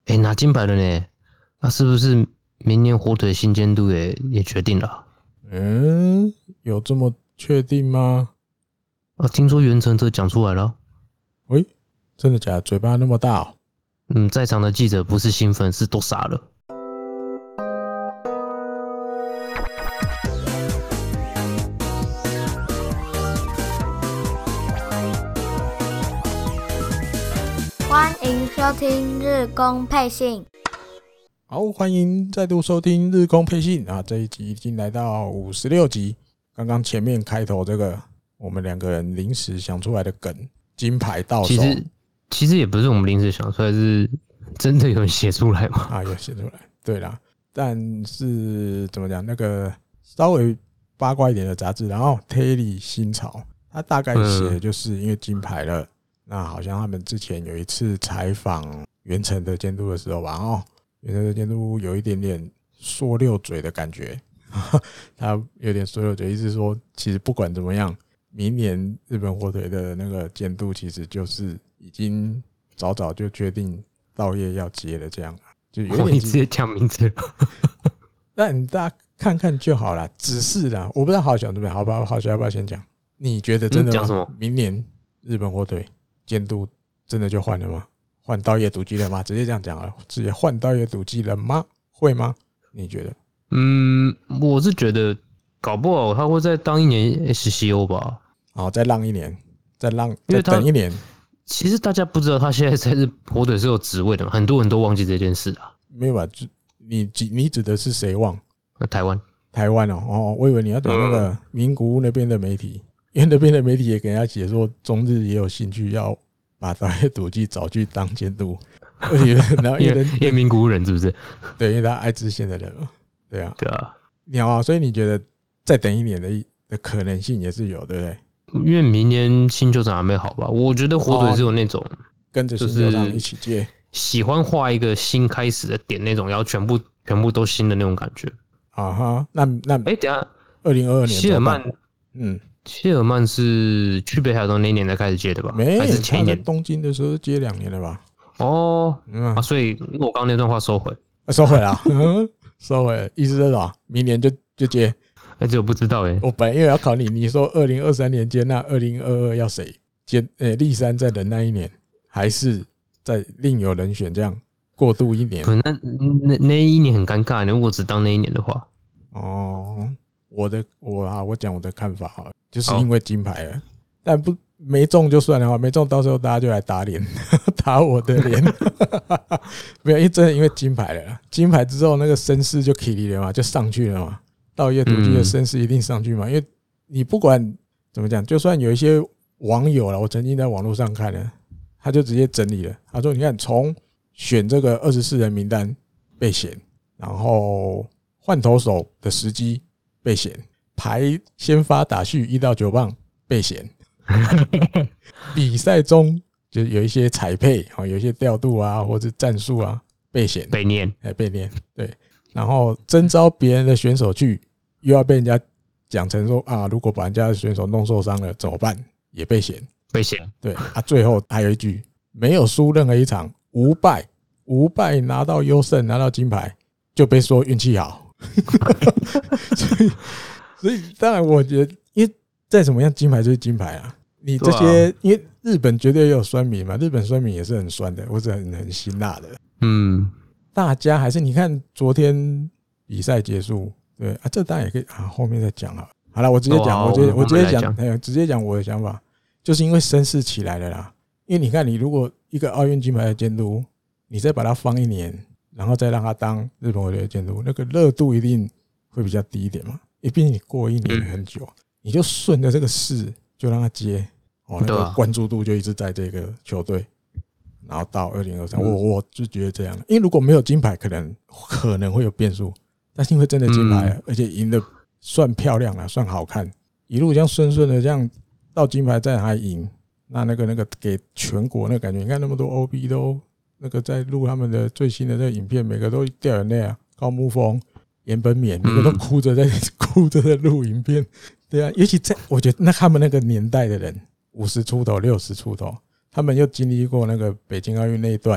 拿金牌了呢，那是不是明年火腿新监督也决定了？ 有这么确定吗？ 听说袁成哲讲出来了。 喂，真的假的？嘴巴那么大哦？ 在场的记者不是兴奋，是都傻了。 欢迎收听日工配信。 好，欢迎再度收听日工配信啊！这一集已经来到56集。刚刚前面开头这个，我们两个人临时想出来的梗，金牌到手。 其实也不是我们临时想出来，是真的有人写出来嘛？ 有写出来，对啦。但是怎么讲？那个稍微八卦一点的杂志，然后 Terry 新潮，他大概写就是因为金牌了。那好像他们之前有一次采访袁成的监督的时候吧，袁成的监督有一点点说溜嘴的感觉，他有点说溜嘴，意思说其实不管怎么样，明年日本火腿的那个监督其实就是已经早早就决定稻叶要接了，这样就有点你直接讲名字了。 那你大家看看就好了，只是啦，我不知道好想怎么样，好吧，好想要不要先讲？你觉得真的吗？ 讲什么？ 明年日本火腿监督真的就换了吗？换稻叶笃纪了吗？直接这样讲了，直接换稻叶笃纪了吗？会吗？你觉得？ 我是觉得搞不好他会再当一年 SCO 吧。 再让一年，再等一年。 其实大家不知道他现在在日火腿是有职位的嘛，很多人都忘记这件事啊。 没有吧？你指的是谁忘？ 台湾哦，我以为你要讲那个名古屋那边的媒体。因为那边的媒体也给人家解说，中日也有兴趣要把稻叶笃纪找去当监督，然后因为名古屋人是不是？ 对，因为他爱知县的人嘛，对啊，所以你觉得再等一年的可能性也是有，对不对？ 因为明年新球场还没好吧？我觉得火腿是有那种跟着新球场一起接， 喜欢画一个新开始的点那种，然后全部都新的那种感觉。 那等一下 2022年希尔曼，希尔曼是去北海道那一年才开始接的吧？ 没， 还是前一年？ 东京的时候接2年了吧？ 所以我刚刚那段话收回， 收回了，收回了，意思是什么？明年就接？ 这我不知道我本来因为要考你说2023年接，那2022要谁接？立山再忍耐一年，还是再另有人选？这样过渡一年？ 那一年很尴尬，如果只当那一年的话。 我讲我的看法好了，就是因为金牌了，但没中就算了话，没中到时候大家就来打脸，打我的脸。没有，真的因为金牌了，金牌之后那个声势就起来了嘛，就上去了嘛，稻叶笃纪的声势一定上去嘛，因为你不管怎么讲，就算有一些网友了，我曾经在网络上看了，他就直接整理了，他说你看从选这个24人名单被选，然后换投手的时机被选，排先发打序1到9棒被选，比赛中就有一些彩配，有一些调度啊，或者战术啊被选被念， 对，然后征召别人的选手去，又要被人家讲成说如果把人家的选手弄受伤了怎么办？也被选，对最后还有一句，没有输任何一场，无败拿到优胜，拿到金牌，就被说运气好。所以当然我觉得，因为再怎么样金牌就是金牌啊。你这些，因为日本绝对也有酸民嘛，日本酸民也是很酸的，或者很辛辣的。大家还是你看昨天比赛结束，对这当然也可以后面再讲了。好了，我直接讲，我直接讲我的想法，就是因为声势起来了啦。因为你看，你如果一个奥运金牌的监督，你再把它放1年。然后再让他当日本火腿的监督，那个热度一定会比较低一点嘛。毕竟你过1年很久，你就顺着这个势就让他接，那个关注度就一直在这个球队，然后到2023，我就觉得这样。因为如果没有金牌，可能会有变数，但是因为真的金牌了，而且赢得算漂亮了，算好看，一路这样顺的这样到金牌战还赢，那个给全国那个感觉，你看那么多 OB 都。那个在录他们的最新的那个影片，每个都掉眼泪啊！高木丰、岩本勉，每个都哭着在录影片，对啊，尤其我觉得他们那个年代的人，50出头、60出头，他们又经历过那个北京奥运那一段，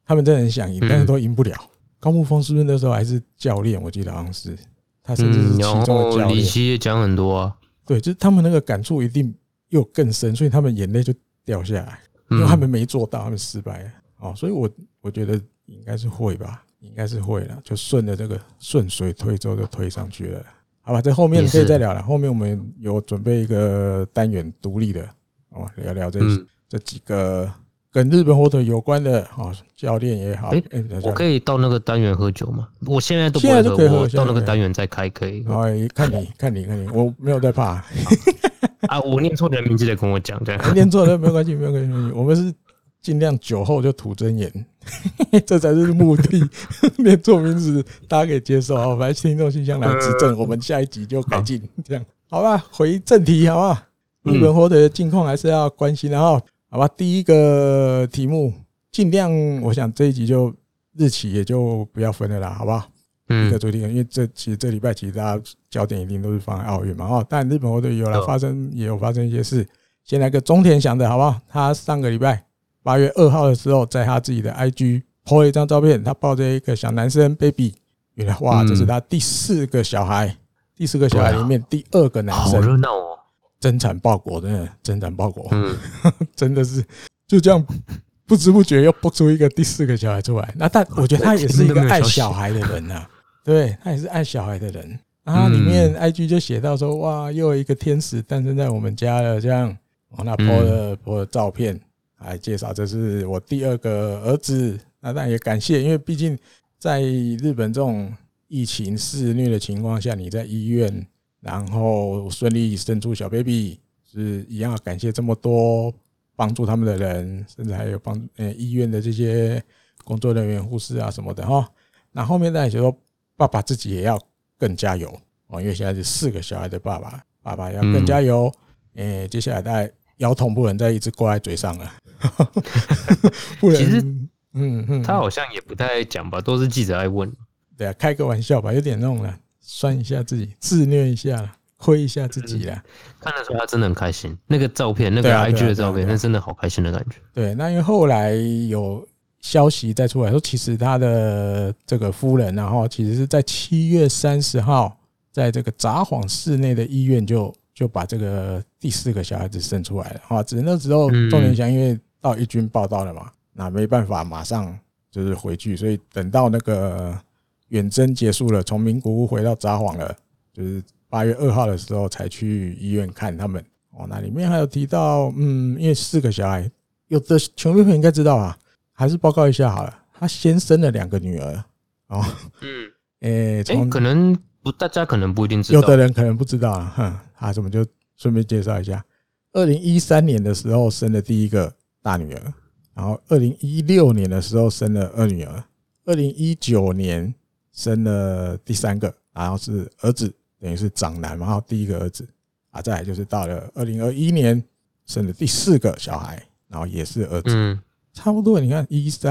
他们真的很想赢，但是都赢不了。高木峰是不是那时候还是教练？我记得好像是，他甚至是其中的教练。 李希也讲很多啊， 对，就是他们那个感触一定又更深，所以他们眼泪就掉下来，因为他们没做到，他们失败了。哦，所以我觉得应该是会吧，应该是会了，就顺着这个顺水推舟就推上去了。好吧，这后面可以再聊了。后面我们有准备一个单元独立的，哦，聊聊这几个跟日本火腿有关的哦，教练也好。 我可以到那个单元喝酒吗？我现在都不会喝，我到那个单元再开可以。 哦，看你，我没有在怕。 啊，我念错人名字得跟我讲，这样念错了没关系，没有关系。我们是尽量酒后就吐真言，这才是目的。念错名字大家可以接受啊，反正听众信箱来指正，我们下一集就改进。这样好吧，回正题好不好？日本火腿的近况还是要关心的哈。好吧，第一个题目尽量，我想这一集就日期也就不要分了啦，好不好？一个主题，因为其实这礼拜其实大家焦点一定都是放在奥运嘛，哦，但日本火腿也有发生一些事。先来个中田翔的好不好？他上个礼拜8月2号的时候，在他自己的 IG po 了一张照片，他抱着一个小男生 baby， 原来哇，这是他第4个小孩，第4个小孩里面第2个男生， 好热闹哦！ 增产报国，真的增产报国，真的是就这样不知不觉又蹦出一个第4个小孩出来。那但我觉得他也是一个爱小孩的人啊，对，他也是爱小孩的人。他里面 IG 就写到说，哇，又有一个天使诞生在我们家了，这样。那 po 了照片来介绍，这是我第2个儿子。那当然也感谢，因为毕竟在日本这种疫情肆虐的情况下，你在医院，然后顺利生出小 baby， 是一样要感谢这么多帮助他们的人，甚至还有医院的这些工作人员、护士啊什么的哈。那后面当然就说，爸爸自己也要更加油哦，因为现在是4个小孩的爸爸，爸爸要更加油。接下来大概腰痛不能再一直挂在嘴上了，不然其实他好像也不太讲吧，都是记者来问。 对啊，开个玩笑吧，有点那种了，酸一下自己，自虐一下，亏一下自己啦。 看得出他真的很开心，那个照片，那个 IG 的照片，那真的好开心的感觉。 对，那因为后来有消息再出来说，其实他的这个夫人，然后其实是在7月30号，在这个札幌市内的医院就把这个第4个小孩子生出来了啊！只是那时候中田翔因为到一军报道了嘛，那没办法马上就是回去，所以等到那个远征结束了，从名古屋回到札幌了，就是8月2号的时候才去医院看他们哦。那里面还有提到，因为4个小孩，有的球迷朋友应该知道啊，还是报告一下好了。他先生了2个女儿哦， 可能大家可能不一定知道， 有的人可能不知道啊。我们就顺便介绍一下，2013年的时候生了第1个大女儿，然后2016年的时候生了2女儿，2019年生了第3个，然后是儿子，等于是长男嘛，然后第1个儿子啊，再来就是到了2021年生了第4个小孩，然后也是儿子，差不多你看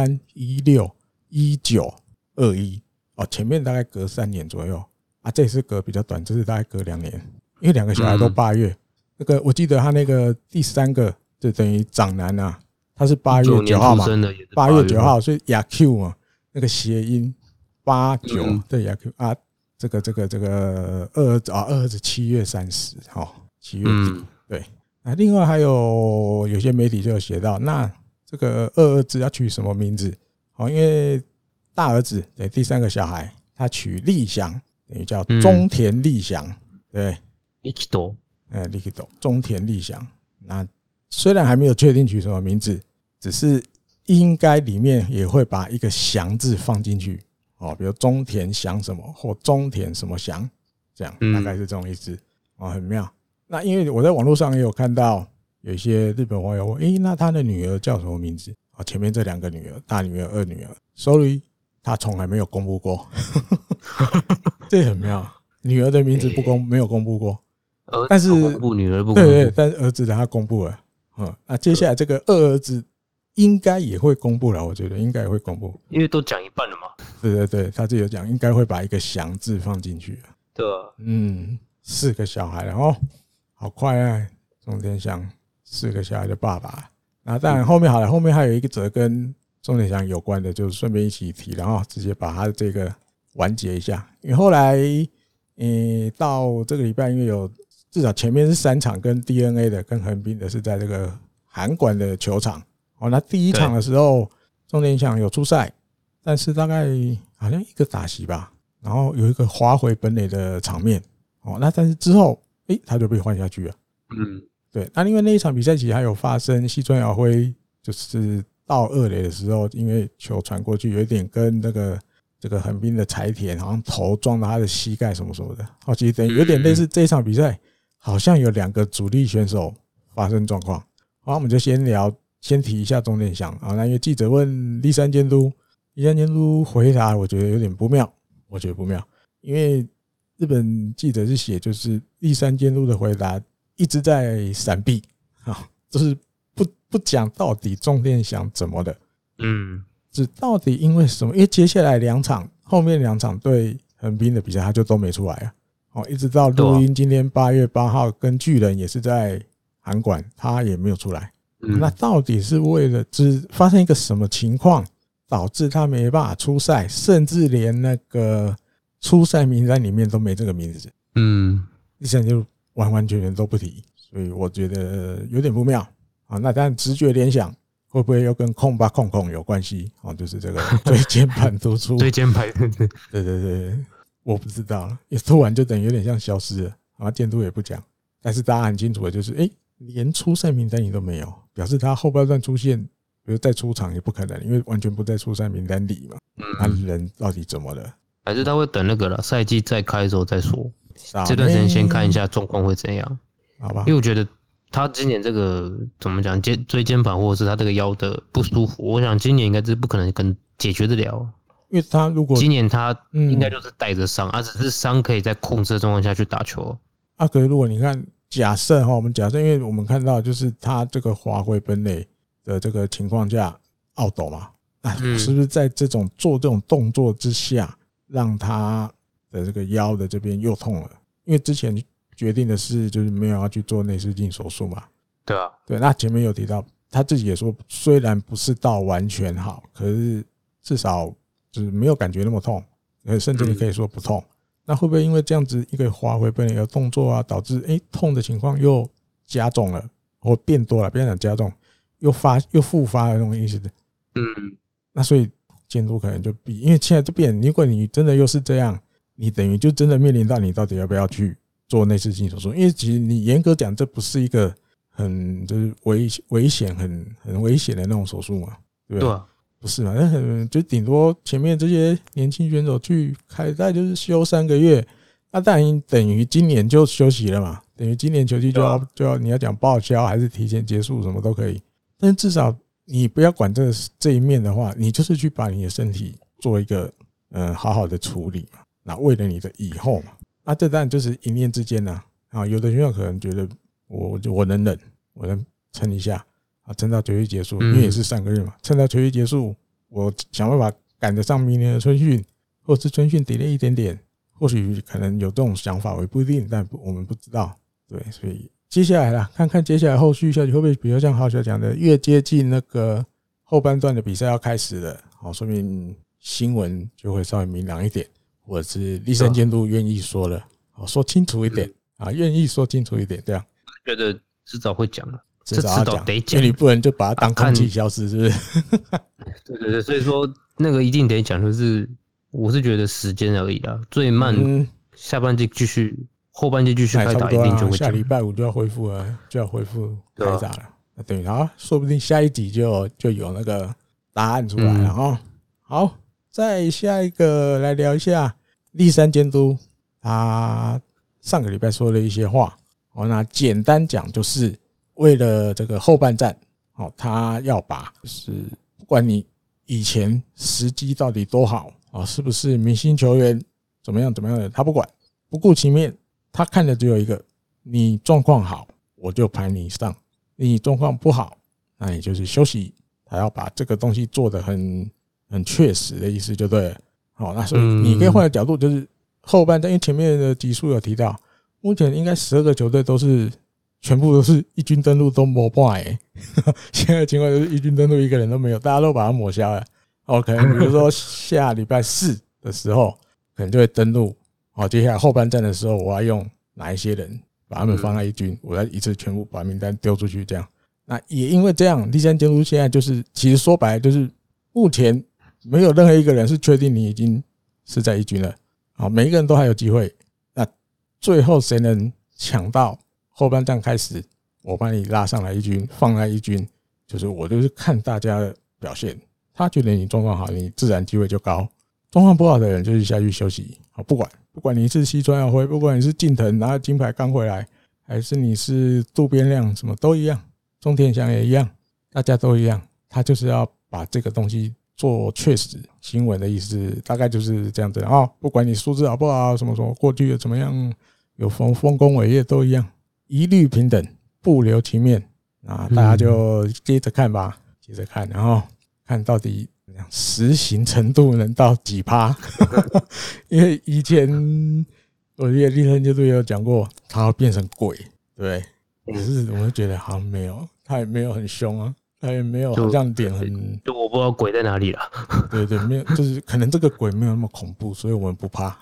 13、16、19、21哦，前面大概隔3年左右啊，这次隔比较短，这是大概隔2年。因为2个小孩都8月，那个我记得他那个第3个就等于长男啊，他是8月9号嘛，8月9号，所以亚 Q 嘛，那个谐音89对亚 Q 啊，这个二儿子7月30号，7月底对。那另外还有些媒体就有写到，那这个2儿子要取什么名字？好，因为大儿子对第3个小孩，他取立翔，等于叫中田立翔，对。 力斗， 力斗，中田立翔。那虽然还没有确定取什么名字，只是应该里面也会把一个翔字放进去哦，比如中田翔什么或中田什么翔，这样大概是这种意思哦，很妙。那因为我在网络上也有看到有一些日本网友问，那他的女儿叫什么名字？哦，前面这2个女儿，大女儿、2女儿 ，sorry， 他从来没有公布过，这很妙，女儿的名字没有公布过。但是公布女儿不公布， 对，但是儿子的他公布了，那接下来这个2儿子应该也会公布了，我觉得应该也会公布， 因为都讲一半了嘛。 对，他自己有讲，应该会把一个翔字放进去。 对啊 ，4个小孩了哦，好快啊！中田翔4个小孩的爸爸。那当然后面好了，后面还有一个则跟钟点祥有关的，就顺便一起提，然后直接把它的这个完结一下。因为后来到这个礼拜，因为有至少前面是3场跟 DNA 的跟横滨的是在这个函馆的球场。那第一场的时候钟点祥有出赛，但是大概好像一个打席吧，然后有一个滑回本垒的场面。那但是之后他就被换下去了。对，那因为那一场比赛其实还有发生西川遥辉就是到2垒的时候，因为球传过去有一点跟这个横滨的柴田好像头撞到他的膝盖什么什么的，其实等于有点类似这一场比赛好像有2个主力选手发生状况。好，我们就先提一下钟点祥。那因为记者问立山监督回答我觉得有点不妙，我觉得不妙，因为日本记者是写就是立山监督的回答一直在闪避，就是不讲到底钟点祥怎么的，只到底因为什么？因为接下来后面2场对横滨的比赛他就都没出来了，一直到录音今天8月8号跟巨人也是在函馆，他也没有出来。那到底是为了发生一个什么情况导致他没办法出赛，甚至连那个出赛名单里面都没这个名字？立山就完全都不提，所以我觉得有点不妙。那当然直觉联想会不会又跟控有关系？就是这个椎间盘突出。 椎间盘， 对，我不知道了，也突然就等于有点像消失了。监督也不讲，但是大家很清楚的就是，连出赛名单你都没有，表示他后半段出现，比如再出场也不可能，因为完全不在出赛名单里嘛。他人到底怎么了？ 还是他会等那个了，赛季再开的时候再说。这段时间先看一下状况会怎样， 好吧？ 因为我觉得他今年这个怎么讲，椎间盘或者是他这个腰的不舒服，我想今年应该是不可能解决得了。 因为他如果今年他应该就是带着伤，只是伤可以在控制的状况下去打球。 可是如果你看，我们假设，因为我们看到就是他这个滑回本垒的这个情况下懊斗嘛，是不是在做这种动作之下，让他的这个腰的这边又痛了？因为之前决定的是就是没有要去做内视镜手术嘛。 对啊， 对，那前面有提到他自己也说，虽然不是到完全好，可是至少就是没有感觉那么痛，甚至你可以说不痛。那会不会因为这样子一个滑回本垒的动作导致痛的情况又加重了，或变多了？不要讲加重，又复发的那种意思的。那所以监督可能就因为现在就变，如果你真的又是这样，你等于就真的面临到你到底要不要去做内视镜手术？因为其实你严格讲，这不是一个就是危险很危险的那种手术嘛，对不对？ 对啊， 不是嘛？那就顶多前面这些年轻选手去开赛就是休3个月，那当然等于今年就休息了嘛，等于今年球季就要你要讲报销还是提前结束什么都可以，但是至少你不要管这一面的话，你就是去把你的身体做一个好好的处理嘛，那为了你的以后嘛，这当然就是一念之间有的选手可能觉得我能忍，我能撑一下。撑到球季结束，因为也是3个月嘛，撑到球季结束，我想办法赶得上明年的春训，或是春训 delay 一点点，或许可能有这种想法，也不一定，但我们不知道。对，所以接下来啦，看看接下来后续下去会不会比较像浩小讲的，越接近那个后半段的比赛要开始了，说明新闻就会稍微明朗一点，或者是立山监督愿意说了，说清楚一点愿意说清楚一点，这样觉得迟早会讲了。 迟早要讲，因为你不能就把它当空气消失，是不是？ 对，所以说那个一定得讲，就是我是觉得时间而已啦，最慢下半季继续，后半季继续开打，一定就会讲。 下礼拜5就要恢复了，就要恢复开打了。那等于说不定下一集就有那个答案出来了好，再下一个来聊一下立山监督，他上个礼拜说了一些话。那简单讲就是为了这个后半战，他要把就是不管你以前时机到底多好是不是明星球员怎么样的，他不管，不顾情面，他看的只有一个，你状况好我就排你上，你状况不好那也就是休息。他要把这个东西做得很确实的意思就对了。那所以你可以换个角度，就是后半战，因为前面的集数有提到，目前应该12个球队都是全部都是一军登陆都抹半现在的情况就是一军登陆一个人都没有，大家都把它抹消了。可能比如说下礼拜4的时候，可能就会登陆。接下来后半战的时候，我要用哪一些人把他们放在一军，我再一次全部把名单丢出去，这样。那也因为这样，第三监督现在就是其实说白了就是目前没有任何一个人是确定你已经是在一军了。每一个人都还有机会。那最后谁能抢到后半战开始，我把你拉上来一军，放在一军，我就是看大家的表现。他觉得你状况好，你自然机会就高；状况不好的人就是下去休息。不管你是西川耀辉，不管你是近藤拿金牌刚回来，还是你是渡边亮，什么都一样，中田翔也一样，大家都一样。他就是要把这个东西做确实新闻的意思，大概就是这样子。不管你素质好不好，什么什么过去的怎么样，有丰功伟业都一样，一律平等，不留情面。大家就接着看吧，接着看，然后看到底实行程度能到几%。因为以前我记得立藤监督也有讲过，他会变成鬼，对。可是我就觉得好像没有，他也没有很凶啊，他也没有好像脸很， 就我不知道鬼在哪里了。 对，没有，就是可能这个鬼没有那么恐怖，所以我们不怕。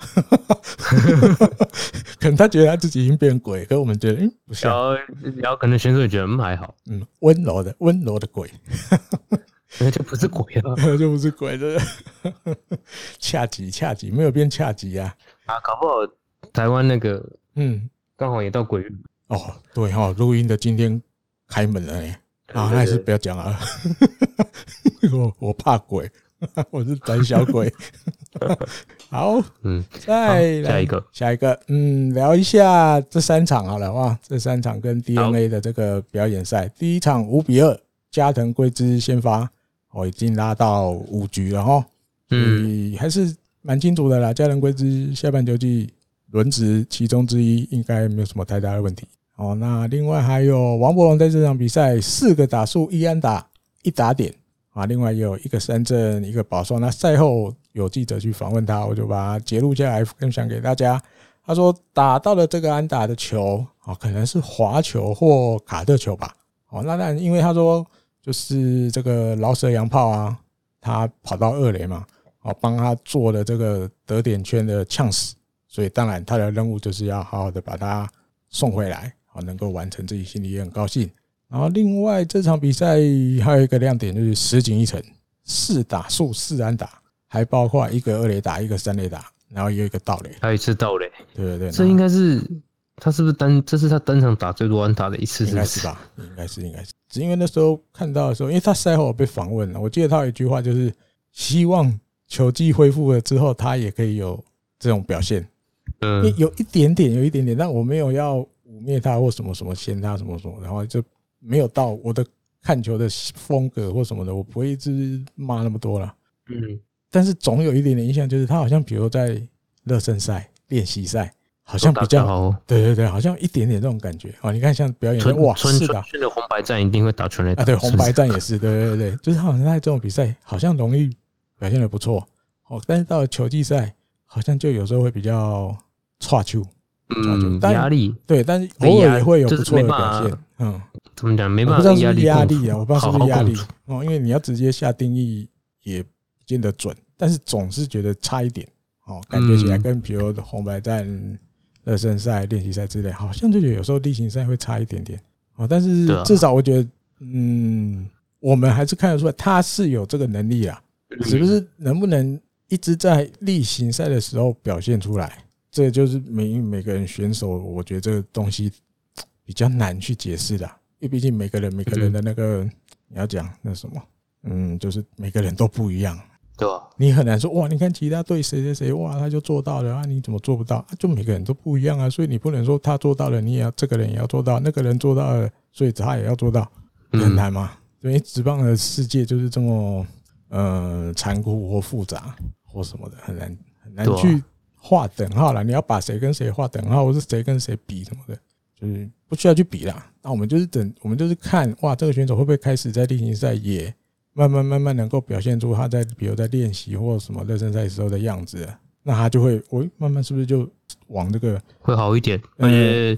可能他觉得他自己已经变鬼，可是我们觉得不像。 然后可能选手也觉得还好， 温柔的鬼。 那就不是鬼了， 就不是鬼的。恰吉没有变恰吉啊！ 搞不好台湾那个刚好也到鬼月。 对录音的今天开门了那还是不要讲了。我怕鬼，我是胆小鬼。好，再来下一个，聊一下这3场好了这3场跟 DNA 的这个表演赛。第一场5-2，加藤圭之先发。已经拉到5局了所以还是蛮清楚的啦。加藤圭之下半球季轮值其中之一，应该没有什么太大的问题。那另外还有王柏融在这场比赛4个打数1安打1打点另外也有1个三振1个保送。那赛后有记者去访问他，我就把它截录下来分享给大家。他说打到了这个安打的球可能是滑球或卡特球吧。那当然因为他说就是这个饶舌洋炮他跑到2垒嘛，帮他做了这个得点圈的呛死，所以当然他的任务就是要好好的把他送回来，能够完成，自己心里也很高兴。然后另外这场比赛还有一个亮点就是石井一成4打数4安打，还包括1个2垒打1个3垒打，然后也有1个盗垒， 还有1次盗垒。 对， 这应该是他是不是这是他单场打最多安打的一次？ 应该是吧，应该是。只因为那时候看到的时候，因为他赛后有被访问了，我记得他有一句话就是希望球季恢复了之后，他也可以有这种表现。有一点点，但我没有要污蔑他或什么什么嫌他什么什么，然后就没有到我的看球的风格或什么的，我不会一直骂那么多了。但是总有一点点印象，就是他好像比如在热身赛、练习赛。好像比较对，好像一点点这种感觉你看像表演是的， 春的红白战一定会打全垒打对，红白战也是，对，就是他好像在这种比赛好像容易表现得不错但是到了球季赛好像就有时候会比较挫球， 压力对，但是偶尔也会有不错的表现。 怎么讲？没办法， 我不知道是压力我不知道是不是压力因为你要直接下定义也不见得准，但是总是觉得差一点感觉起来跟比如红白战。热身赛、练习赛之类，好像就觉得有时候例行赛会差一点点但是至少我觉得，我们还是看得出来他是有这个能力啦，只不是能不能一直在例行赛的时候表现出来，这就是每个人选手，我觉得这个东西比较难去解释的，因为毕竟每个人的那个你要讲那什么，就是每个人都不一样。 对吧？ 你很难说你看其他队谁他就做到了你怎么做不到就每个人都不一样所以你不能说他做到了，你也要这个人也要做到，那个人做到了，所以他也要做到，很难嘛？因为职棒的世界就是这么残酷或复杂或什么的，很难去划等号啦。你要把谁跟谁划等号，或是谁跟谁比什么的，就是不需要去比啦。那我们就是看这个选手会不会开始在例行赛也慢慢能够表现出他在比如在练习或什么热身赛时候的样子，那他就会慢慢是不是就往这个会好一点。而且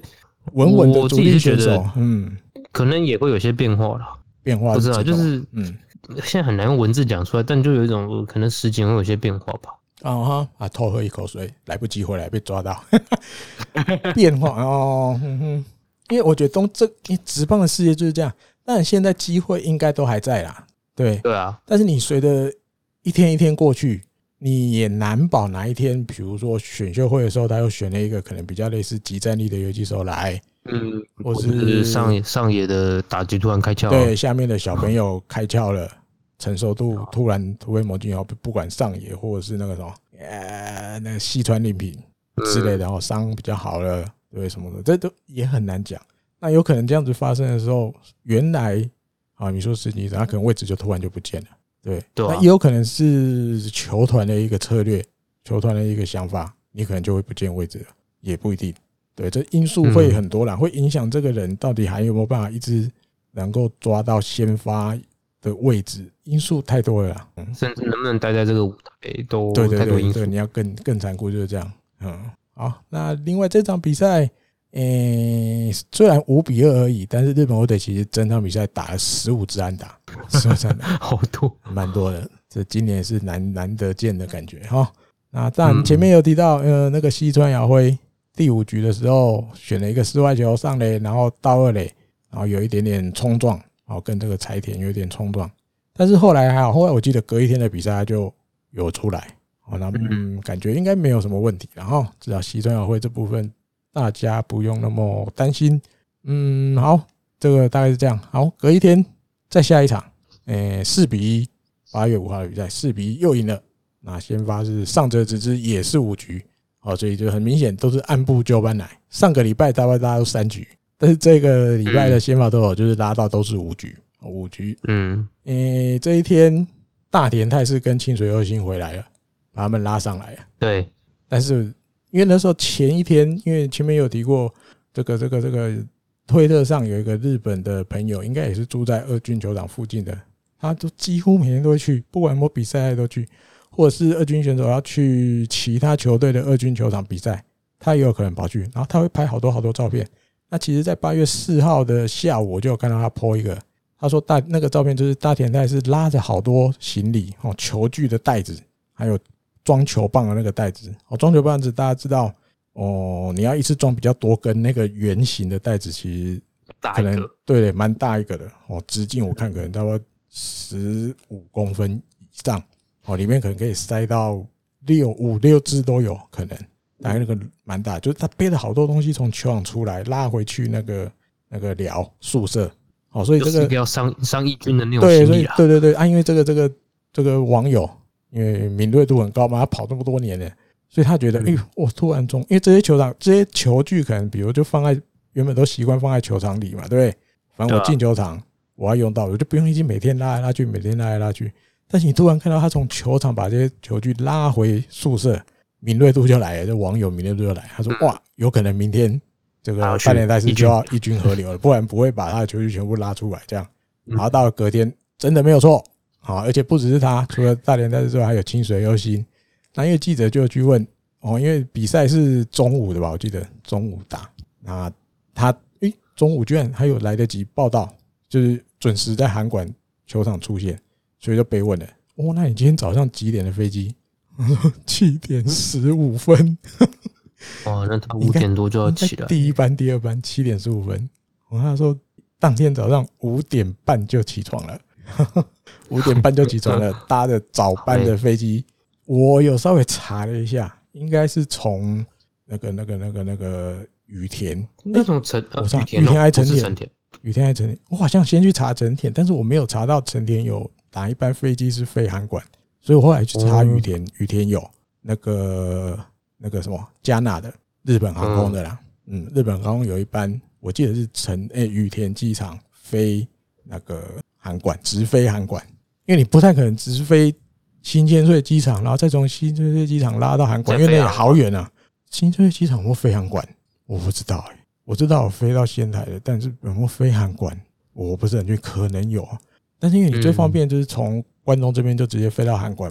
稳稳的主力选手， 可能也会有些变化啦。 变化不知道，就是现在很难用文字讲出来，但就有一种可能时间会有些变化吧。 偷喝一口水，来不及回来被抓到，变化哦，因为我觉得职棒的世界就是这样，但现在机会应该都还在啦，对啊， 但是你随着一天一天过去，你也难保哪一天，比如说选秀会的时候，他又选了一个可能比较类似即战力的游击手来， 或是上野的打击突然开窍， 对，下面的小朋友开窍了，成熟度突然突飞猛进，不管上野或者是那个什么，那个西川令品之类的，然后伤比较好了，对什么的，这都也很难讲。那有可能这样子发生的时候，原来你说实际上他可能位置就突然就不见了，对，那也有可能是球团的一个策略，球团的一个想法，你可能就会不见位置了，也不一定。对，这因素会很多啦，会影响这个人到底还有没有办法一直能够抓到先发的位置，因素太多了啦， 甚至能不能待在这个舞台都太多因素。 对，你要更残酷就是这样。好，那另外这场比赛，虽然5-2而已，但是日本火腿其实整场比赛打了15支安打，15支安打， 好多， 蛮多的。这今年是难得见的感觉哈。那当然前面有提到，那个西川遥辉。第5局的时候选了一个室外球上垒，然后到2垒，然后有一点点冲撞，跟这个柴田有一点冲撞，但是后来还好，后来我记得隔一天的比赛他就有出来，那感觉应该没有什么问题，然后至少西川遥辉这部分大家不用那么担心。好，这个大概是这样。好，隔一天再下一场，4-1 8月5号的比赛4-1又赢了，那先发是上泽直之，也是5局。所以就很明显都是按部就班来。上个礼拜大家都3局，但是这个礼拜的先发都有，就是拉到都是5局，5局。这一天大田泰示跟清水优心回来了，把他们拉上来了。 对， 但是因为那时候前一天，因为前面有提过这个推特上有一个日本的朋友，应该也是住在二军球场附近的，他都几乎每天都会去，不管有没有比赛他都去。或者是二军选手要去其他球队的二军球场比赛，他也有可能跑去，然后他会拍好多照片。那其实在8月4号的下午，我就有看到他 po 一个，他说那个照片就是大田泰是拉着好多行李，球具的袋子，还有装球棒的那个袋子。装球棒子大家知道，你要一次装比较多根，那个圆形的袋子其实可能对蛮大一个的，直径我看可能大概15公分以上。里面可能可以塞到5-6只都有可能，大概那个蛮大，就是他背了好多东西从球场出来拉回去那个寮宿舍，所以这个要上一军的那种行李啦。 对，因为这个网友因为敏锐度很高嘛，他跑这么多年了，所以他觉得我突然因为这些球具可能比如就原本都习惯放在球场里嘛，对不对？反正我进球场我要用到，我就不用一直每天拉来拉去，每天拉来拉去。但是你突然看到他从球场把这些球具拉回宿舍，敏锐度就来了，这网友敏锐度就来，他说哇，有可能明天这个大田泰示就要一军合流了，不然不会把他的球具全部拉出来这样。然后到了隔天真的没有错，而且不只是他，除了大田泰示之外还有清水优心。那因为记者就去问因为比赛是中午的吧，我记得中午打，那他中午居然还有来得及报道，就是准时在函馆球场出现。所以就被问了，那你今天早上几点的飞机？7点15分。 那他5点多就要起来。 第一班、第二班7点15分。他说当天早上5点半就起床了，5点半就起床了，搭着早班的飞机。我有稍微查了一下，应该是从那个羽田那种羽田还成田，羽田还成田。我好像先去查成田，但是我没有查到成田有哪一班飞机是飞函馆，所以我后来去查羽田有那个什么加纳的日本航空的啦，日本航空有一班，我记得是羽田机场飞那个函馆，直飞函馆，因为你不太可能直飞新千岁机场，然后再从新千岁机场拉到函馆，因为那也好远啊。新千岁机场有没有飞函馆？我不知道我知道我飞到仙台的，但是有没有飞函馆？我不是很确定，可能有。但是因为你最方便就是从关东这边就直接飞到函馆嘛，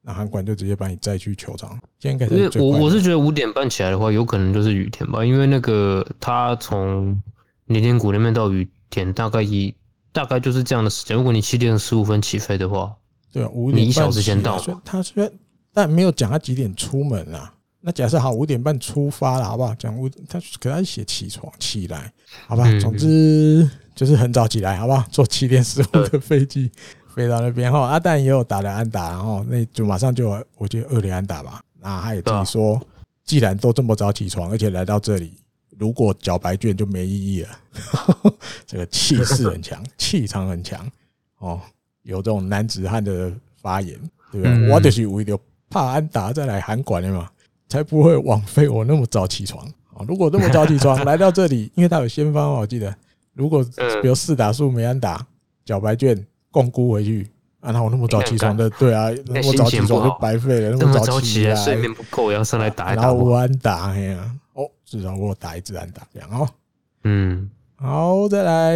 那韩管就直接把你载去球场。现在应该是最快的。我是觉得5点半起来的话，有可能就是羽田吧，因为那个他从年田谷那边到羽田大概就是这样的时间。如果你7点15分起飞的话， 对啊，5点半你1小时前到。 他虽然但没有讲他几点出门啊。那假设好5点半出发了，好不好？讲可他写起来，好吧？总之就是很早起来，好不好？坐7点15的飞机飞到那边哈。当然也有打了安打，然后那就马上就我记得2连安打吧。那他也自己说，既然都这么早起床，而且来到这里，如果缴白卷就没意义了。这个气势很强，气场很强哦，有这种男子汉的发言，对不对？我就是为了怕安打再来韩馆的嘛。才不会枉费我那么早起床。如果那么早起床来到这里，因为他有先发，我记得，如果比如4打数没安打，缴白卷共估回去，那我那么早起床的，对啊，那么早起床就白费了。那么早起来， 睡眠不够，要上来打一打。 然后无安打，至少我打1支安打这样哦。好，再来，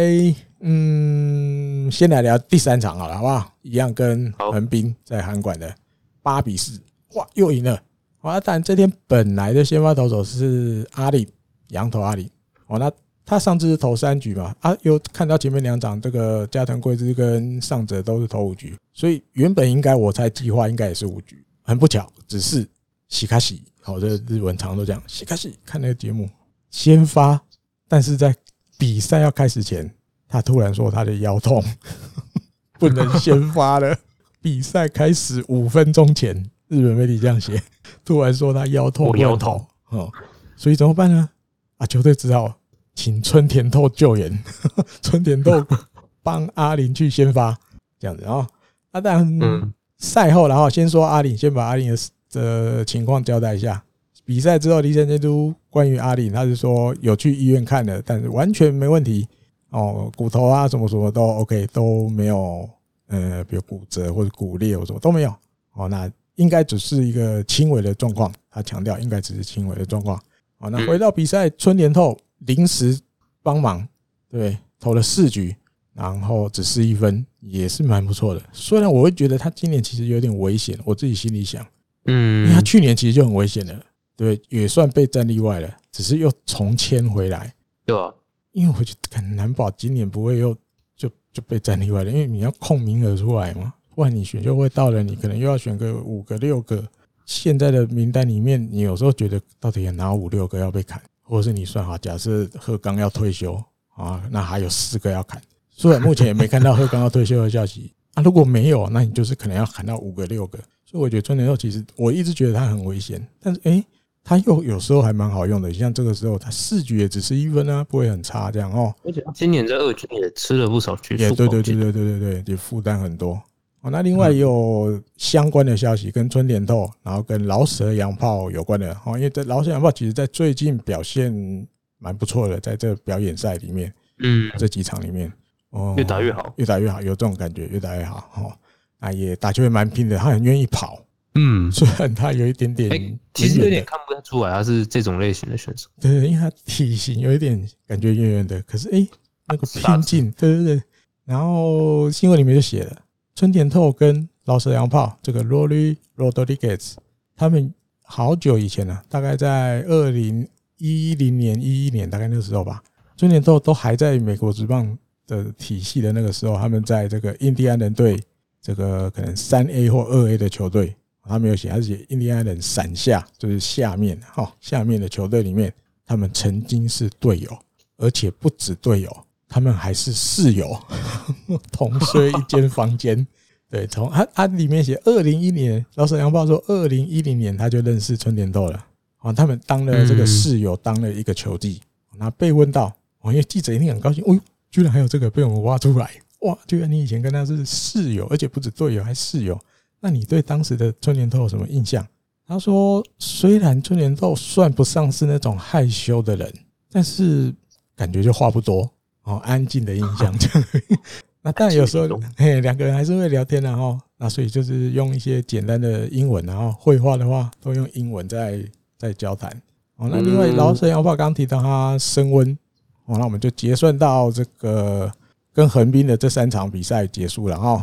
先来聊第3场好了，好不好？一样跟横滨在韩馆的8比4，哇，又赢了。当然，这天本来的先发投手是阿里，洋投阿里。那他上次是投3局嘛，又看到前面2场这个加藤贵之跟上泽都是投5局，所以原本应该我猜计划应该也是5局，很不巧，只是西卡西，这日文常都这样，西卡西看那个节目先发，但是在比赛要开始前，他突然说他的腰痛，不能先发了。比赛开始5分钟前，日本媒体这样写。突然说他腰痛，所以怎么办呢？球队只好请春田透救援，春田透帮阿林去先发，这样子啊。当然赛后，然后先说阿林，先把阿林的情况交代一下。比赛之后，栗山监督关于阿林，他是说有去医院看了，但是完全没问题骨头啊什么什么都 OK， 都没有比如骨折或者骨裂或什么都没有那应该只是一个轻微的状况，他强调应该只是轻微的状况。那回到比赛，春田透临时帮忙，对，投了4局，然后只失1分，也是蛮不错的。虽然我会觉得他今年其实有点危险，我自己心里想，因为他去年其实就很危险了，对，也算被战例外了，只是又重签回来， 对啊， 因为我觉得很难保今年不会又就被战例外了，因为你要空名额出来嘛。不然你选秀会到了，你可能又要选个5个6个。现在的名单里面，你有时候觉得到底哪5、6个要被砍，或者是你算好，假设鹤冈要退休那还有4个要砍。虽然目前也没看到鹤冈要退休的消息如果没有，那你就是可能要砍到5个6个。所以我觉得春田透其实我一直觉得他很危险，但是他又有时候还蛮好用的，像这个时候他4局也只是1分不会很差这样而且今年在2军也吃了不少局数， 对，也负担很多。那另外也有相关的消息跟春田透，然后跟老舍洋炮有关的因为这老舍洋炮其实在最近表现蛮不错的，在这表演赛里面，这几场里面越打越好， 有这种感觉，越打越好那也打球也蛮拼的，他很愿意跑，虽然他有一点点其实有点看不出来他是这种类型的选手， 对，因为他体型有一点感觉圆圆的，可是那个拼劲，对，然后新闻里面就写了。春田透跟老舍洋炮这个 Rory Rodriguez 他们好久以前大概在2010年11年大概那个时候吧，春田透都还在美国职棒的体系的那个时候，他们在这个印第安人队这个可能 3A 或 2A 的球队，他没有写，他是写印第安人伞下，就是下面的球队里面，他们曾经是队友，而且不止队友，他们还是室友，同睡一间房间。对，从他里面写2010年，老舍洋炮说2010年他就认识春田透了。他们当了这个室友，当了1个球季。那被问到，因为记者一定很高兴，居然还有这个被我们挖出来，哇！居然你以前跟他是室友，而且不止队友，还室友。那你对当时的春田透有什么印象？他说，虽然春田透算不上是那种害羞的人，但是感觉就话不多。安静的印象这样。那当然有时候2个人还是会聊天那所以就是用一些简单的英文，然后绘画的话都用英文在交谈。那另外老舍洋炮刚刚提到他升温，那我们就结算到这个跟横滨的这3场比赛结束了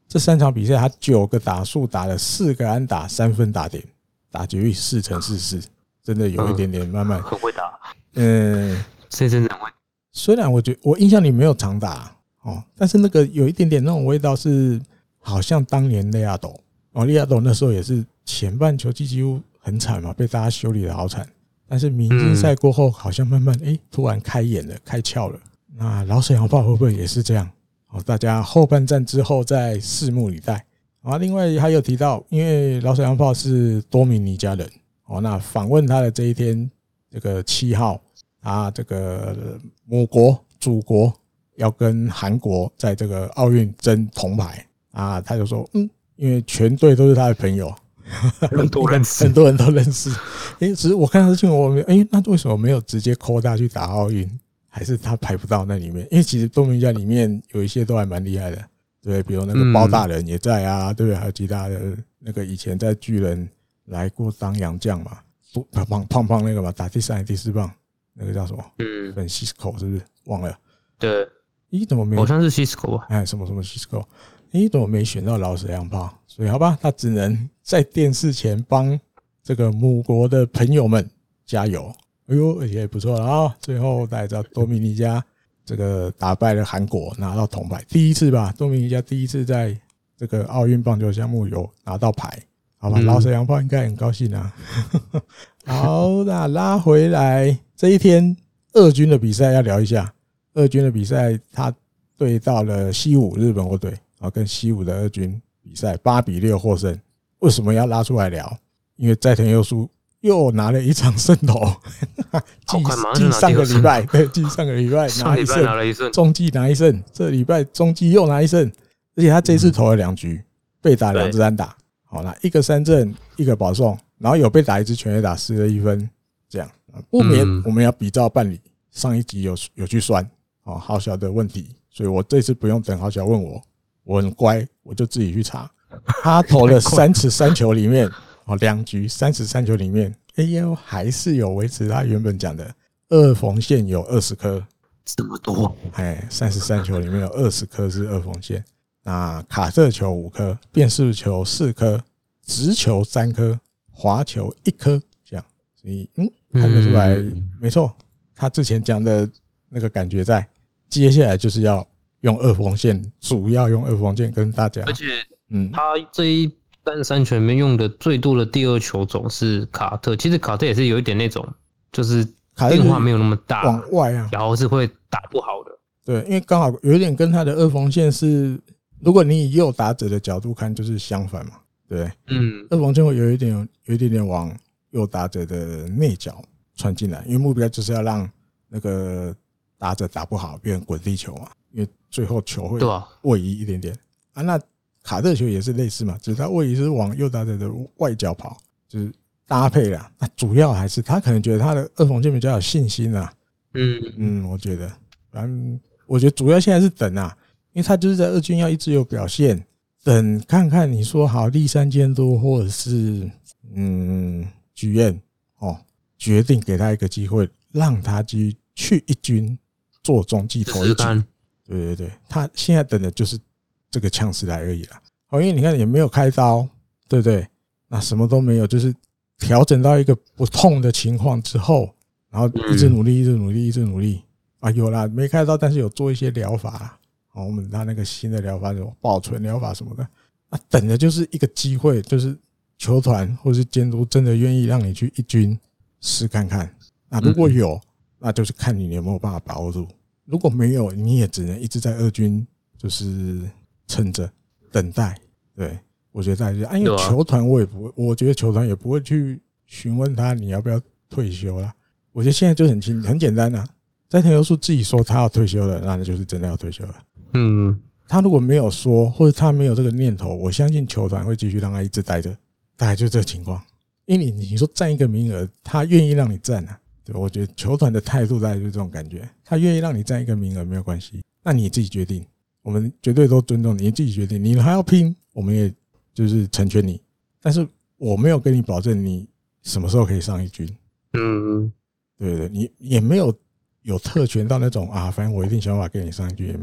这3场比赛他9个打数打了4个安打3分打点，打击率4成44，真的有一点点慢慢很会打。 这真的很会。 虽然我觉得我印象里没有常打但是那个有一点点那种味道是好像当年利亚斗利亚斗那时候也是前半球季几乎很惨嘛，被大家修理的好惨。但是明星赛过后好像慢慢突然开眼了，开窍了。那老沈阳炮会不会也是这样？大家后半战之后再拭目以待。另外还有提到，因为老沈阳炮是多米尼加人那访问他的这一天，这个7号，他这个母国祖国要跟韩国在这个奥运争铜牌他就说因为全队都是他的朋友，很多人都认识。只是我看到新闻，那为什么没有直接call他去打奥运？还是他排不到那里面？因为其实多米尼加里面有一些都还蛮厉害的，对，比如那个包大人也在啊，对不对？还有其他的那个以前在巨人来过当洋将嘛，胖胖那个嘛，打第3、第4棒，那个叫什么？本西斯科是不是？忘了。 对， 怎么没？ 好像是西斯科吧？ 什么西斯科？怎么没选到老沈阳炮？所以好吧，他只能在电视前帮这个母国的朋友们加油。也不错了最后大家知道多米尼加这个打败了韩国，拿到铜牌，第一次吧，多米尼加第一次在这个奥运棒球项目有拿到牌，好吧，老沈阳炮应该很高兴啊。好，那拉回来这一天二军的比赛要聊一下，二军的比赛他对到了西武日本火腿，跟西武的二军比赛8-6获胜。为什么要拉出来聊？因为斋藤佑树又拿了一场胜投，继上个礼拜，对，继上个礼拜拿一胜，中继拿一胜，这礼拜中继又拿一胜，而且他这次投了2局，被打2支安打，好，那1个3振，1个保送，然后有被打1支全垒打失了1分，这样不免我们要比照办理，上一集有去算好小的问题，所以我这次不用等好小问我很乖，我就自己去查，他投了33球里面。2局33球里面 AL 还是有维持他原本讲的二缝线有20颗， 这么多 33球里面有20颗是二缝线，那卡特球5颗，变速球4颗，直球3颗，滑球1颗，这样，所以看得出来没错，他之前讲的那个感觉在，接下来就是要用二缝线，主要用二缝线跟大家， 而且他这一33球里面用的最多的第2球种是卡特，其实卡特也是有一点那种，就是变化没有那么大， 往外然后是会打不好的。 对，因为刚好有一点跟他的二缝线是，如果你以右打者的角度看，就是相反嘛，对，二缝线会有一点点往右打者的内角穿进来，因为目标就是要让那个打者打不好，变成滚地球嘛，因为最后球会位移一点点那卡特球也是类似嘛，只是他位移是往右打者的外角跑，就是搭配啦。那主要还是他可能觉得他的二缝线比较有信心啊。我觉得，反正我觉得主要现在是等啊，因为他就是在二军要一直有表现，等看看你说好第3监督或者是剧院决定给他一个机会，让他去一军做中继投一局。对，他现在等的就是这个呛死来而已啦，因为你看也没有开刀，对不对？那什么都没有，就是调整到一个不痛的情况之后，然后一直努力有啦，没开刀，但是有做一些疗法啦，我们他那个新的疗法，什么保存疗法什么的，等的就是一个机会，就是球团或是监督真的愿意让你去一军试看看。那如果有，那就是看你有没有办法把握住；如果没有，你也只能一直在二军，就是撑着等待。对，我觉得大家因为球团我也不会，我觉得球团也不会去询问他你要不要退休啦。我觉得现在就很简单啊，斋藤佑树自己说他要退休了，那就是真的要退休了。他如果没有说，或者他没有这个念头，我相信球团会继续让他一直待着，大概就这个情况。因为你说占一个名额，他愿意让你占啊。对，我觉得球团的态度大概就是这种感觉，他愿意让你占一个名额没有关系，那你自己决定，我们绝对都尊重你自己决定，你还要拼，我们也就是成全你，但是我没有跟你保证你什么时候可以上一军。对，你也没有特权到那种反正我一定想办法给你上一军，也没有，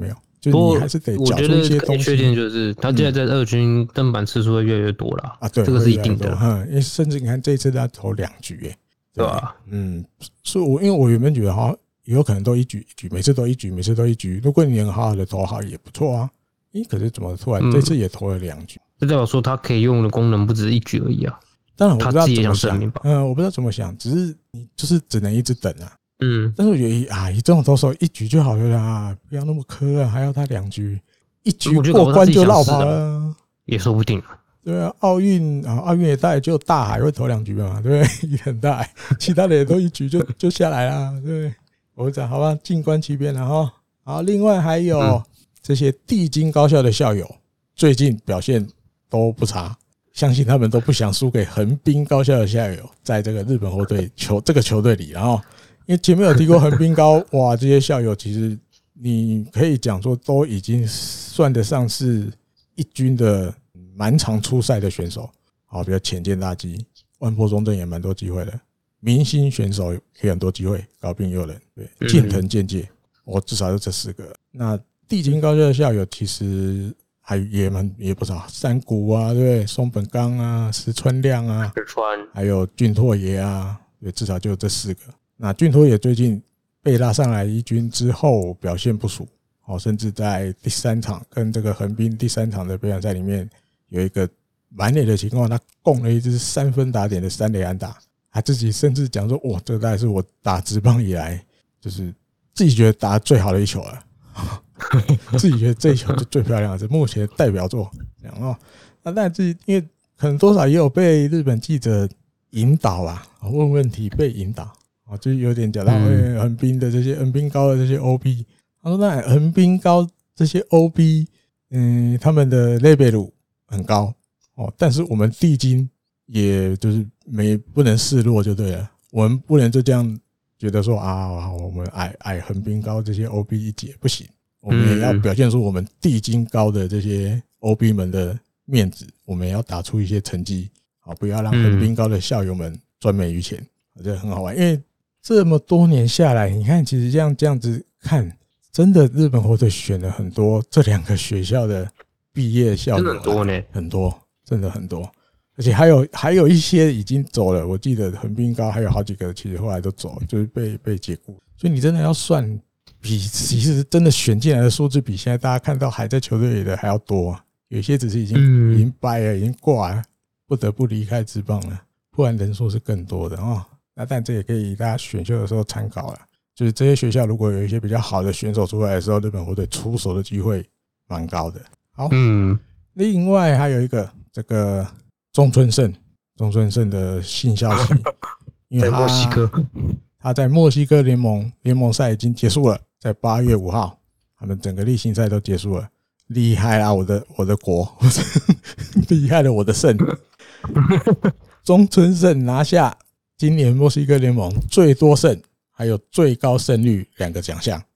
就是你还是得缴出一些东西。 缺点就是他现在在二军登板次数会越来越多了啊， 对， 这个是一定的。 因为甚至你看这一次他投2局， 对吧？ 所以因为我原本觉得好像有可能都一局，每次都一局。如果你能好好的投好也不错啊。可是怎么突然这次也投了2局？ 这代表说他可以用的功能不止1局而已啊。 当然我不知道他自己也怎么想， 想证明吧。 我不知道怎么想，只是你就是只能一直等啊。但是我觉得以这种投手1局就好了啦，不要那么苛啊，还要他2局，1局过关就落跑了， 也说不定。 对啊，奥运也大概只有大海会投2局嘛，对不对？也很大海，其他的也都1局就下来啦，对不对？我讲好吧，静观其变了哈。好，另外还有这些帝京高校的校友，最近表现都不差，相信他们都不想输给横滨高校的校友，在这个日本火腿这个球队里，然后因为前面有提过横滨高，哇，这些校友其实你可以讲说都已经算得上是一军的蛮常出赛的选手，好，比较浅见大基，万波中正也蛮多机会的，明星选手也很多机会，高滨佑人，对，近藤健介，至少是这4个。那帝京高校的校友其实也不少，山谷啊，对不对？松本刚啊，石川亮啊，还有俊拓也啊，对，至少就这4个。那俊拓也最近被拉上来一军之后表现不俗，甚至在第3场跟这个横滨第3场的表演赛里面有一个满垒的情况，他攻了一支3分打点的3垒安打，他自己甚至讲说，这个大概是我打职棒以来就是自己觉得打得最好的一球了。自己觉得这一球就最漂亮的，是目前的代表作。那但自己因为可能多少也有被日本记者引导啊，问问题被引导，就是有点讲到横滨的这些横滨高的这些 OB， 他说那横滨高这些 OB， 他们的类贝鲁很高但是我们帝京也就是不能示弱就对了，我们不能就这样觉得说我们矮横滨高这些 OB 一截不行。我们也要表现出我们帝京高的这些 OB 们的面子，我们也要打出一些成绩，不要让横滨高的校友们专美于前，我觉得很好玩。因为这么多年下来，你看，其实这样子看，真的日本火腿选了很多这2个学校的毕业校友， 真的很多呢， 很多，真的很多，而且还有一些已经走了。我记得横滨高还有好几个，其实后来都走了，就是被解雇。所以你真的要算。其实真的选进来的数字比现在大家看到还在球队里的还要多，有些只是已经掰了，已经挂了，不得不离开职棒了，不然人数是更多的那但这也可以大家选秀的时候参考了，就是这些学校如果有一些比较好的选手出来的时候，日本火腿出手的机会蛮高的。好，另外还有一个这个中村胜的新消息，因为在墨西哥。 他在墨西哥联盟赛已经结束了，在8月5号，他们整个例行赛都结束了，厉害啦！我的国，厉害了我的胜！中村胜拿下今年墨西哥联盟最多胜，还有最高胜率2个奖项。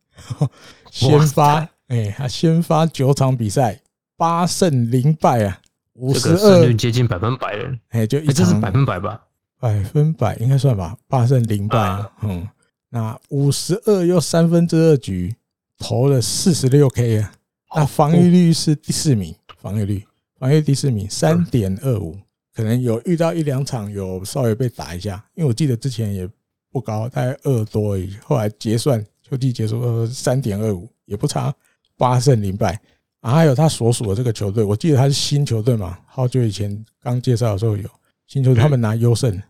他先发9场比赛，8胜0败啊，52%， 这个胜率接近100%了。 就一场， 这是100%吧 ？100%应该算吧，8胜0败。那52又2/3局，投了46K 啊。那防御率是第4名，防御率第4名 3.25， 可能有遇到1-2场有稍微被打一下，因为我记得之前也不高，大概2多而已。后来结算秋季结束3.25，也不差，8胜0败。还有他所属的这个球队，我记得他是新球队嘛，好久以前刚介绍的时候有新球队，他们拿优胜。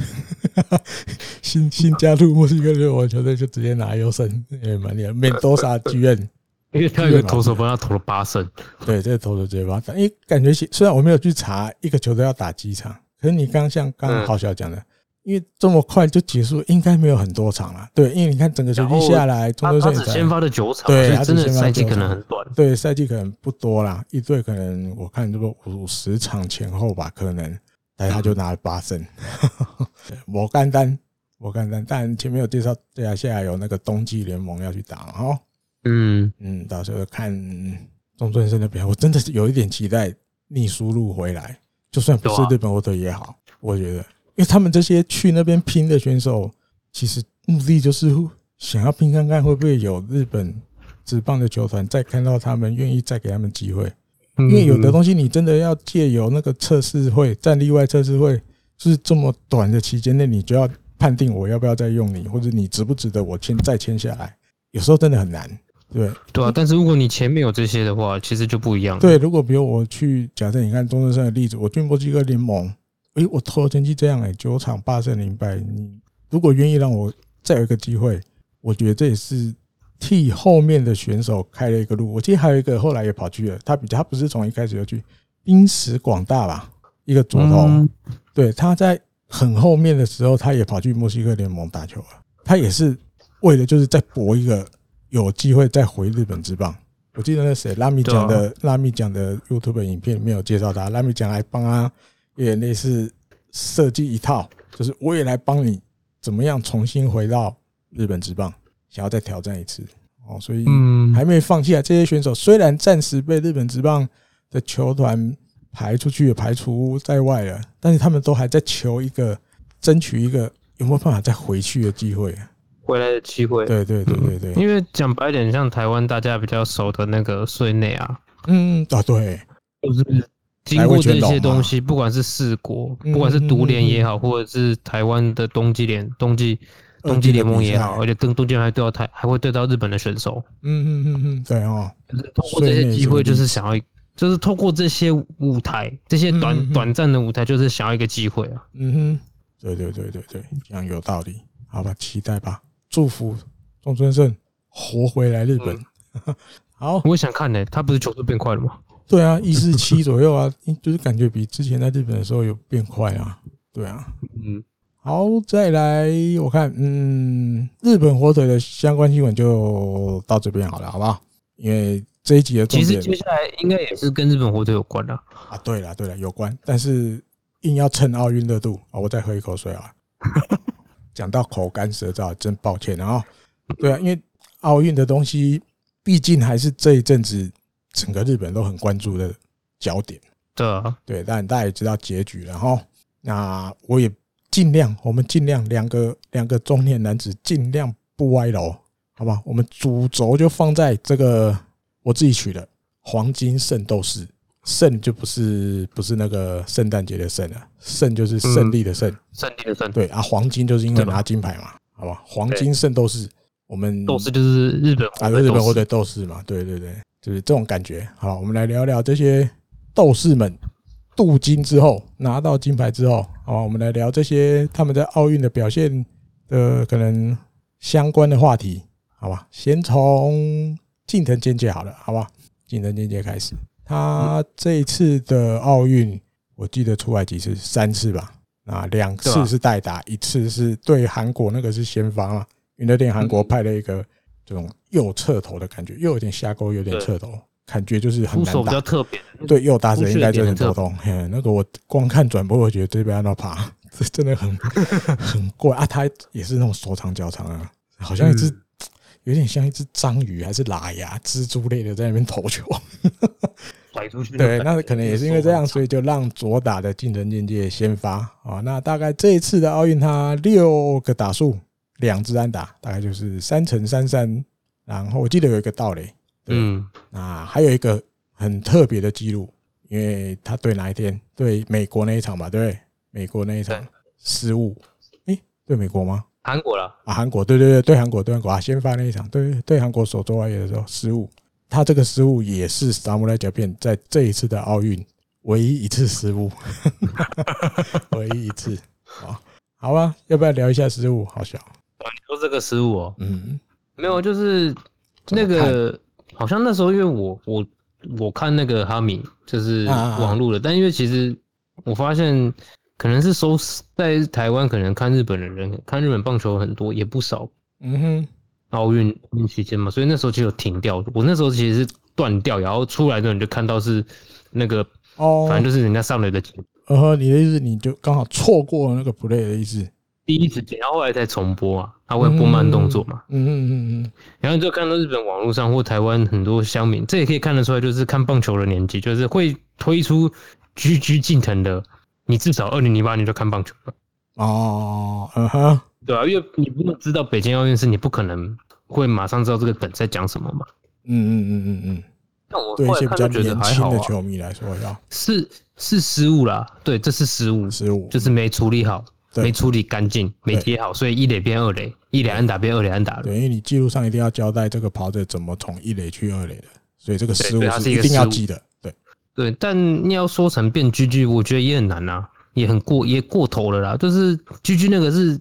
新加入墨西哥联盟球队就直接拿优胜，也蛮厉害。面多萨剧院， 因为他有个投手帮他投了8胜， 对，这个投手直接帮他打。因为感觉虽然我没有去查一个球队要打几场，可是你像刚豪小讲的，因为这么快就结束，应该没有很多场啦。对，因为你看整个球季下来，他只先发的9场， 对， 真的赛季可能很短， 对，赛季可能不多啦，一队可能我看这个50场前后吧，可能。但他就拿了8胜，没简单。但前面有介绍，接下来有那个冬季联盟要去打了到时候看中村胜的表现，我真的是有一点期待逆输入回来，就算不是日本火腿也好，我觉得，因为他们这些去那边拼的选手，其实目的就是想要拼看看会不会有日本职棒的球团再看到他们，愿意再给他们机会。因为有的东西你真的要借由那个测试会、战力外测试会，就是这么短的期间内，你就要判定我要不要再用你，或者你值不值得我再签下来，有时候真的很难。对啊，但是如果你前面有这些的话，其实就不一样了。 对，如果比如我去假设你看中正生的例子，我去墨西哥联盟，我投的成绩这样9场8胜0败，你如果愿意让我再有一个机会，我觉得这也是替后面的选手开了一个路。我记得还有一个后来也跑去了，他不是从一开始就去宾时广大吧，一个左投，对，他在很后面的时候，他也跑去墨西哥联盟打球了，他也是为了就是再搏一个有机会再回日本职棒。我记得那谁拉米讲的YouTube 影片里面有介绍他，拉米讲来帮他也类似设计一套，就是我也来帮你怎么样重新回到日本职棒，想要再挑战一次所以还没放弃啊。这些选手虽然暂时被日本职棒的球团排出去，排除在外了，但是他们都还在求一个，争取一个有没有办法再回去的机会， 回来的机会。 对， 因为讲白点，像台湾大家比较熟的那个穗内啊， 对， 就是经过这些东西，不管是4国，不管是独联也好，或者是台湾的冬季联盟也好，而且跟冬季联还会对到日本的选手。 对哦， 就是通过这些机会，就是想要，就是透过这些舞台，这些短暂的舞台，就是想要一个机会啊。 对，这样有道理。好吧，期待吧，祝福中村胜活回来日本。好， 我也想看他不是球速变快了吗？ 对啊，147左右啊，就是感觉比之前在日本的时候有变快啊。对啊，好，再来我看，日本火腿的相关新闻就到这边好了，好不好？因为这一集的重点， 其实接下来应该也是跟日本火腿有关的啊。对了，有关，但是硬要蹭奥运热度我再喝一口水啊。讲到口干舌燥，真抱歉啊。对啊，因为奥运的东西，毕竟还是这一阵子整个日本都很关注的焦点。 对啊， 对，但大家也知道结局了哈。那我也我们尽量两个中年男子尽量不歪楼，好吧？我们主轴就放在这个我自己取的黄金圣斗士。胜就不是那个圣诞节的胜了，胜就是胜利的胜， 胜利的胜。 对啊，黄金就是因为拿金牌嘛，好吧？黄金圣斗士，我们斗士就是日本火腿斗士嘛，对，就是这种感觉。好，我们来聊聊这些斗士们镀金之后拿到金牌之后，好，我们来聊这些他们在奥运的表现的可能相关的话题，好吧？先从近藤健介好了，好吧？近藤健介开始。他这一次的奥运，我记得出来几次，3次吧。那2次是代打，1次是对韩国，那个是先发嘛。云乐电韩国派了一个这种右侧头的感觉，又有点下勾，有点侧头，感觉就是很难打。 出手比较特别。 对，右打者应该真的很头痛。那个我光看转播，我觉得这边要爬，这真的很怪啊！他也是那种手长脚长啊，好像一只。有点像一只章鱼还是喇牙蜘蛛类的在那边投球， 甩出去。 对，那可能也是因为这样，所以就让左打的近藤健介先发啊。那大概这一次的奥运，他6个打数，2支安打，大概就是3乘33。然后我记得有一个盗垒，那还有一个很特别的记录，因为他对哪一天？对美国那一场吧，对不对？美国那一场失误，对美国吗？ 韩国啦啊，韩国对韩国啊，先发那一场对韩国守周外野的时候失误，他这个失误也是萨姆莱甲片在这一次的奥运唯一一次失误，唯一一次。好吧，要不要聊一下失误？好笑。 你说这个失误哦，没有，就是那个好像那时候因为我看那个哈米就是网路的，但因为其实我发现。可能是在台湾，可能看日本的人看日本棒球很多，也不少。奥运期间嘛，所以那时候就有停掉。我那时候其实是断掉，然后出来的人就看到是那个反正就是人家上来的节目。你的意思你就刚好错过了那个 play 的意思。 第一时间，然后后来再重播啊，他会播慢动作嘛。然后就看到日本网络上或台湾很多乡民，这也可以看得出来，就是看棒球的年纪，就是会推出GG近藤的。你至少2008年就看棒球了对啊，因为你不能知道北京奥运是你不可能会马上知道这个梗在讲什么嘛。 但我对一些比较年轻的球迷来说， 是失误啦，对，这是失误，就是没处理好，没处理干净，没接好，所以一垒变二垒，一垒安打变二垒安打了。 对，因为你记录上一定要交代这个跑者怎么从一垒去二垒的，所以这个失误是一定要记的。 对，但你要说成变 GG， 我觉得也很难啊，也过头了啦。就是 GG 那个是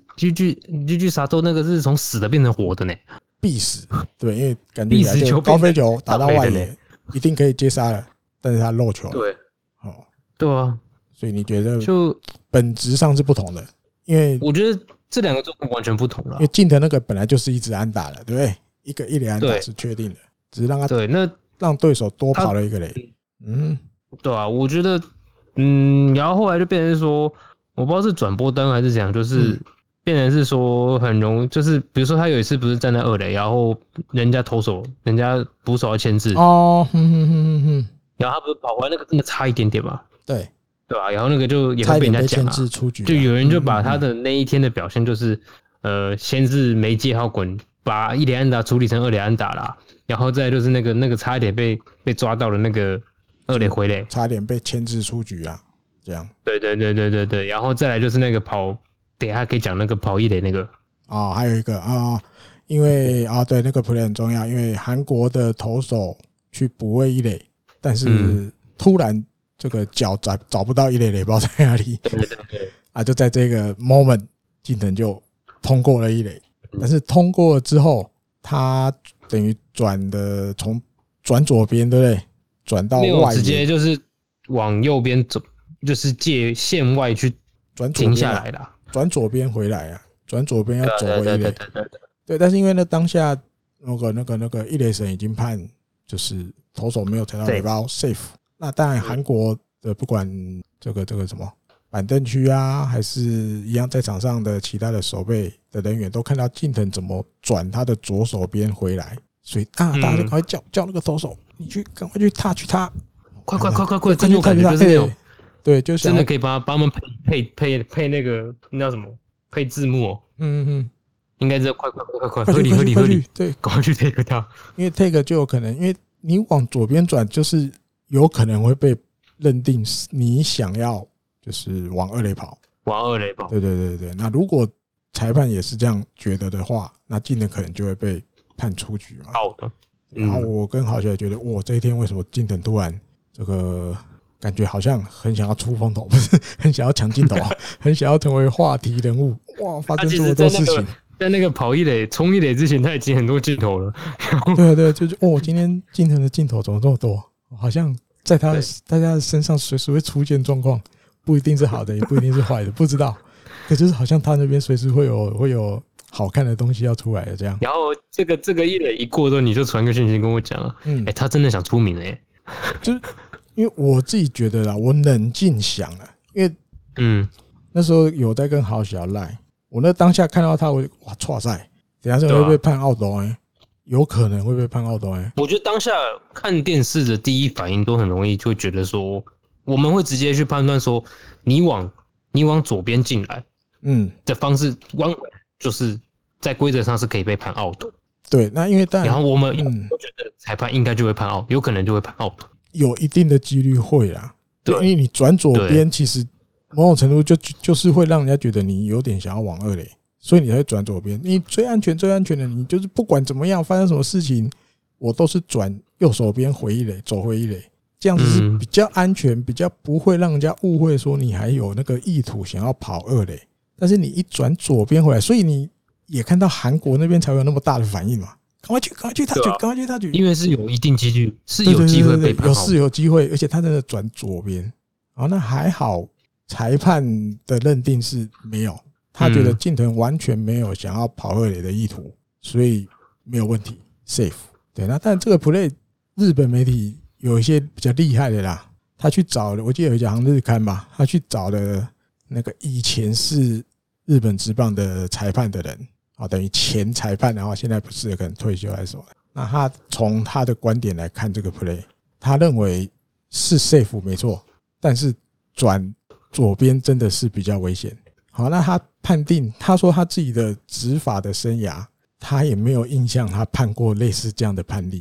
GG 杀斗那个是从死的变成活的呢， 必死。对，因为感觉起来就高飞球打到外野，一定可以接杀了，但是他漏球了。 对，对啊， 所以你觉得就本质上是不同的，因为我觉得这两个状况完全不同了。 因为近藤那个本来就是一直安打了，对不对？一个一垒安打是确定的，只是让他让对手多跑了一个垒。 对啊，我觉得，然后后来就变成说，我不知道是转播灯还是怎样，就是变成是说很容易，就是比如说他有一次不是站在二垒，然后人家捕手要牵制哦， 然后他不是跑回来那个真的差一点点嘛， 对吧？然后那个就也会被人家讲啊，就有人就把他的那一天的表现就是先是没接好滚，把一垒安打处理成二垒安打啦，然后再就是那个差一点被抓到了那个二垒回垒， 差点被牵制出局啊，这样。 对，然后再来就是那个跑，等一下可以讲那个跑一垒那个。 还有一个因为对，那个 play 很重要，因为韩国的投手去补位一垒，但是突然这个脚找不到一垒垒包在哪里，对，就在这个 moment， 近藤就通过了一垒，但是通过了之后，他等于从转左边，对不对？转到外野， 直接就是往右边走，就是借线外去停下来啦， 转左边回来啊，转左边要走回一垒。对，但是因为当下那个一垒审已经判就是投手没有踩到垒包 safe。那当然韩国的不管这个什么板凳区啊，还是一样在场上的其他的守备的人员都看到近藤怎么转他的左手边回来，所以大家就赶快叫那个投手，你赶快去 touch 他， 快，真有感觉就是那种， 对，就真的可以帮他们配那个那叫什么配字幕哦，应该是快，合理， 对， 赶快去 take 他， 因为 take 就有可能，因为你往左边转，就是有可能会被认定你想要就是往二垒跑，对，那如果裁判也是这样觉得的话，那近藤可能就会被判出局嘛。 好的。 然后我跟郝小姐觉得，哇，这一天为什么近藤突然这个感觉好像很想要出风头，不是很想要抢镜头，很想要成为话题人物。哇，发生这么多事情。 在那个跑一垒、冲一垒之前，他已经很多镜头了。 对，就是今天近藤的镜头怎么这么多？好像在他的身上随时会出现状况，不一定是好的，也不一定是坏的，不知道。可就是好像他那边随时会有好看的东西要出来的这样。 然后这个一垒一过之后，你就传个讯息跟我讲了，他真的想出名了就是因为我自己觉得啦，我冷静想了，因为那时候有在跟郝小赖。我那当下看到他，我哇，剉赛，等下是会被判out投有可能会被判out投我觉得当下看电视的第一反应都很容易就会觉得说，我们会直接去判断说，你往左边进来，的方式弯回来，就是在规则上是可以被判out的。 对，那因为当然， 然后我们都觉得裁判应该就会判out，有可能就会判out， 有一定的几率会啦。对，因为你转左边，其实某种程度就是会让人家觉得你有点想要往二垒，所以你才会转左边。你最安全的，你就是不管怎么样发生什么事情，我都是转右手边回一垒，走回一垒，这样子是比较安全，比较不会让人家误会说你还有那个意图想要跑二垒。但是你一转左边回来，所以你也看到韩国那边才会有那么大的反应嘛。赶快去他举， 因为是有一定几率，是有机会被判out， 有机会，而且他真的转左边，那还好。裁判的认定是没有，他觉得近藤完全没有想要跑二垒的意图，所以没有问题 ，safe。对，那但这个 play 日本媒体有一些比较厉害的啦，他去找了，我记得有一家日刊吧，他去找了那个以前是日本职棒的裁判的人，等于前裁判，然后现在不是可能退休还是什么。那他从他的观点来看这个 play， 他认为是 safe 没错，但是转左边真的是比较危险。好，那他判定，他说他自己的执法的生涯，他也没有印象他判过类似这样的判例。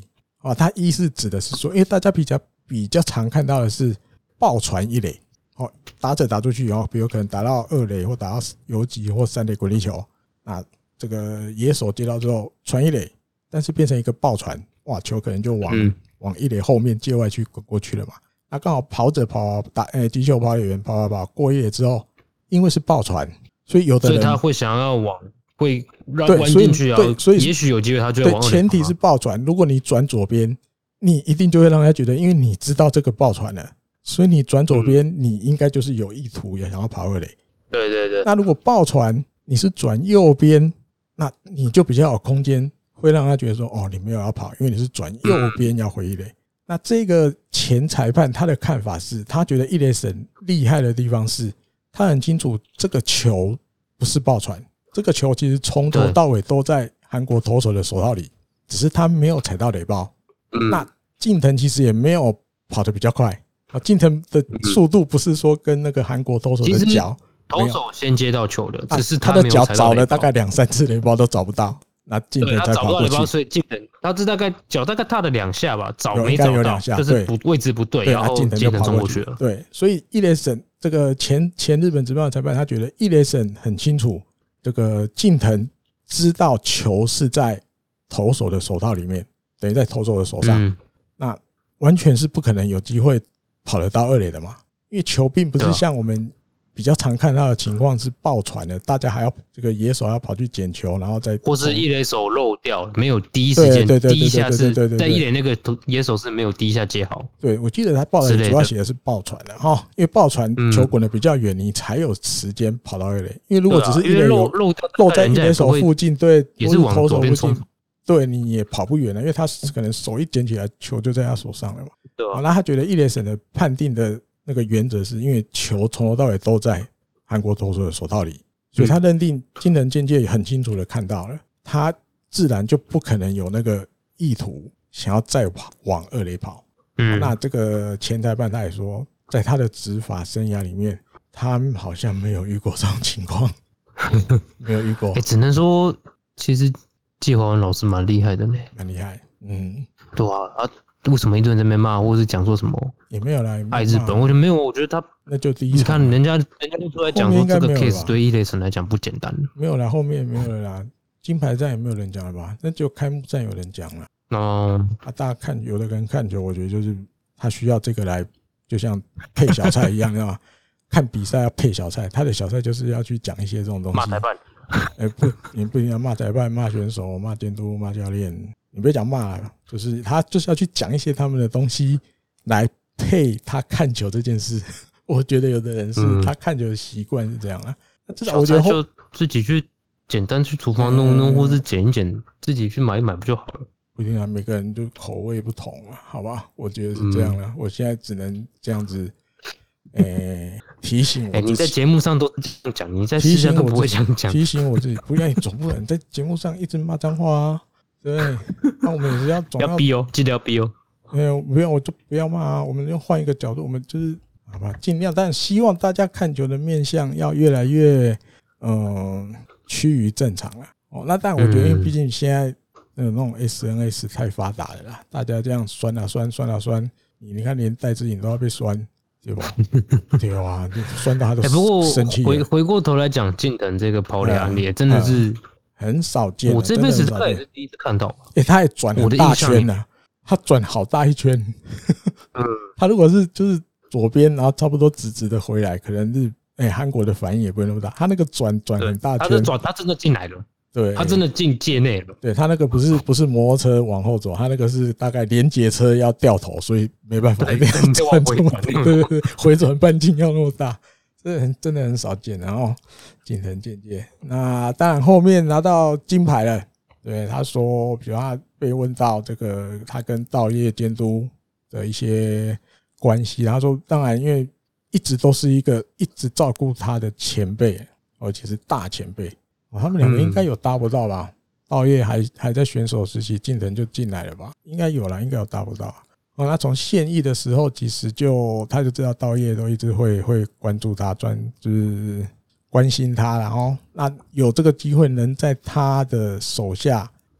啊，它一是指的是说，因为大家比较常看到的是爆传一垒，哦，打者打出去以后，比如可能打到2垒或打到游击或3垒滚地球，那这个野手接到之后传一垒，但是变成一个爆传，哇，球可能就往一垒后面界外去滚过去了嘛。那刚好跑者击球跑垒员跑过一垒之后，因为是爆传，所以有的人所以他会想要会弯进去啊，所以也许有机会他就会往对，前提是爆传。如果你转左边，你一定就会让人家觉得，因为你知道这个爆传了，所以你转左边，你应该就是有意图也想要跑2垒。 对对对。 那如果爆传你是转右边，那你就比较有空间，会让他觉得说，哦，你没有要跑，因为你是转右边要回一垒。那这个前裁判他的看法是，他觉得一垒审厉害的地方是，他很清楚这个球不是爆传，这个球其实从头到尾都在韩国投手的手套里，只是他没有踩到垒包。那近藤其实也没有跑得比较快，近藤的速度不是说跟那个韩国投手的脚， 投手先接到球的，只是他的脚找了大概2-3次垒包都找不到。那近藤才跑过去， 所以近藤他是脚大概踏了2下吧，找没找到，就是位置不对，然后近藤就冲过去了。 对，所以一垒审这个前日本职棒的裁判，他觉得一垒审很清楚，这个近藤知道球是在投手的手套里面，等于在投手的手上，那完全是不可能有机会跑得到2垒的嘛，因为球并不是像我们比较常看到的情况是爆传的，大家还要这个野手要跑去捡球，然后再或是一垒手漏掉，没有第一时间第一下是在一垒那个野手是没有第一下接好。 对，我记得他报的主要写的是爆传的哈，因为爆传球滚得比较远，你才有时间跑到2垒。因为如果只是一垒漏在一垒手附近，对， 也是往左边冲， 对，你也跑不远了，因为他可能手一捡起来，球就在他手上了嘛。对啊，那他觉得一垒审的判定的那个原则是因为球从头到尾都在韩国投手的手套里，所以他认定近藤健介也很清楚的看到了，他自然就不可能有那个意图想要再往2垒跑。那这个前裁判他也说，在他的执法生涯里面，他好像没有遇过这种情况，没有遇过。 只能说其实季华文老师蛮厉害的呢， 蛮厉害。 对啊，为什么一堆人在那边骂，或是讲说什么也没有啦， 爱日本？我觉得没有，我觉得他那就第一场， 你看人家都出来讲说这个 case 对一垒审来讲不简单。 没有啦，后面没有了啦，金牌战也没有人讲了吧？那就开幕战有人讲了。大家看，有的人看球，我觉得就是他需要这个来，就像配小菜一样，知道吗？看比赛要配小菜，他的小菜就是要去讲一些这种东西。 骂裁判， 你不一定要骂裁判、骂选手、骂监督、骂教练，你不要讲骂，就是他就是要去讲一些他们的东西来配他看球这件事。我觉得有的人是他看球的习惯是这样啦。至少我觉得就自己去简单去厨房弄弄，或是剪一剪，自己去买一买不就好了？ 不一定啊，每个人就口味不同啊，好吧？我觉得是这样啦。我现在只能这样子，提醒我。 你在节目上都这样讲，你在私下都不会这样讲。 提醒我自己，不要，你总不能在节目上一直骂脏话啊，对不对？那我们也是要总要逼哦，记得要逼哦。 不要，我就不要骂啊。我们要换一个角度，我们就是好吧，尽量，但希望大家看球的面向要越来越趋于正常了。那但我觉得，因为毕竟现在那种 SNS 太发达了啦，大家这样酸啊酸，酸啊酸，你看连戴资颖都要被酸，对吧？对啊，酸到他都生气。 不过回过头来讲，近藤这个跑垒案例真的是很少见， 我这辈子也是第一次看到。 他也转很大圈啊，他转好大一圈。他如果是就是左边，然后差不多直的回来，可能是韩国的反应也不会那么大。他那个转很大圈， 他真的进来了。 对， 他真的进界内了。 对，他那个不是摩托车往后走，他那个是大概连结车要掉头，所以没办法，这样转这么大，对，回转半径要那么大，真的很少见。然后近藤健介，那当然后面拿到金牌了。对，他说，比如他被问到这个他跟稻叶监督的一些关系，他说，当然因为一直都是一个一直照顾他的前辈，而且是大前辈。他们两个应该有搭不到吧？稻叶还在选手时期，近藤就进来了吧？应该有啦，应该有搭不到。那从现役的时候，其实他就知道稻叶都一直会关注他，就是关心他，然后那有这个机会能在他的手下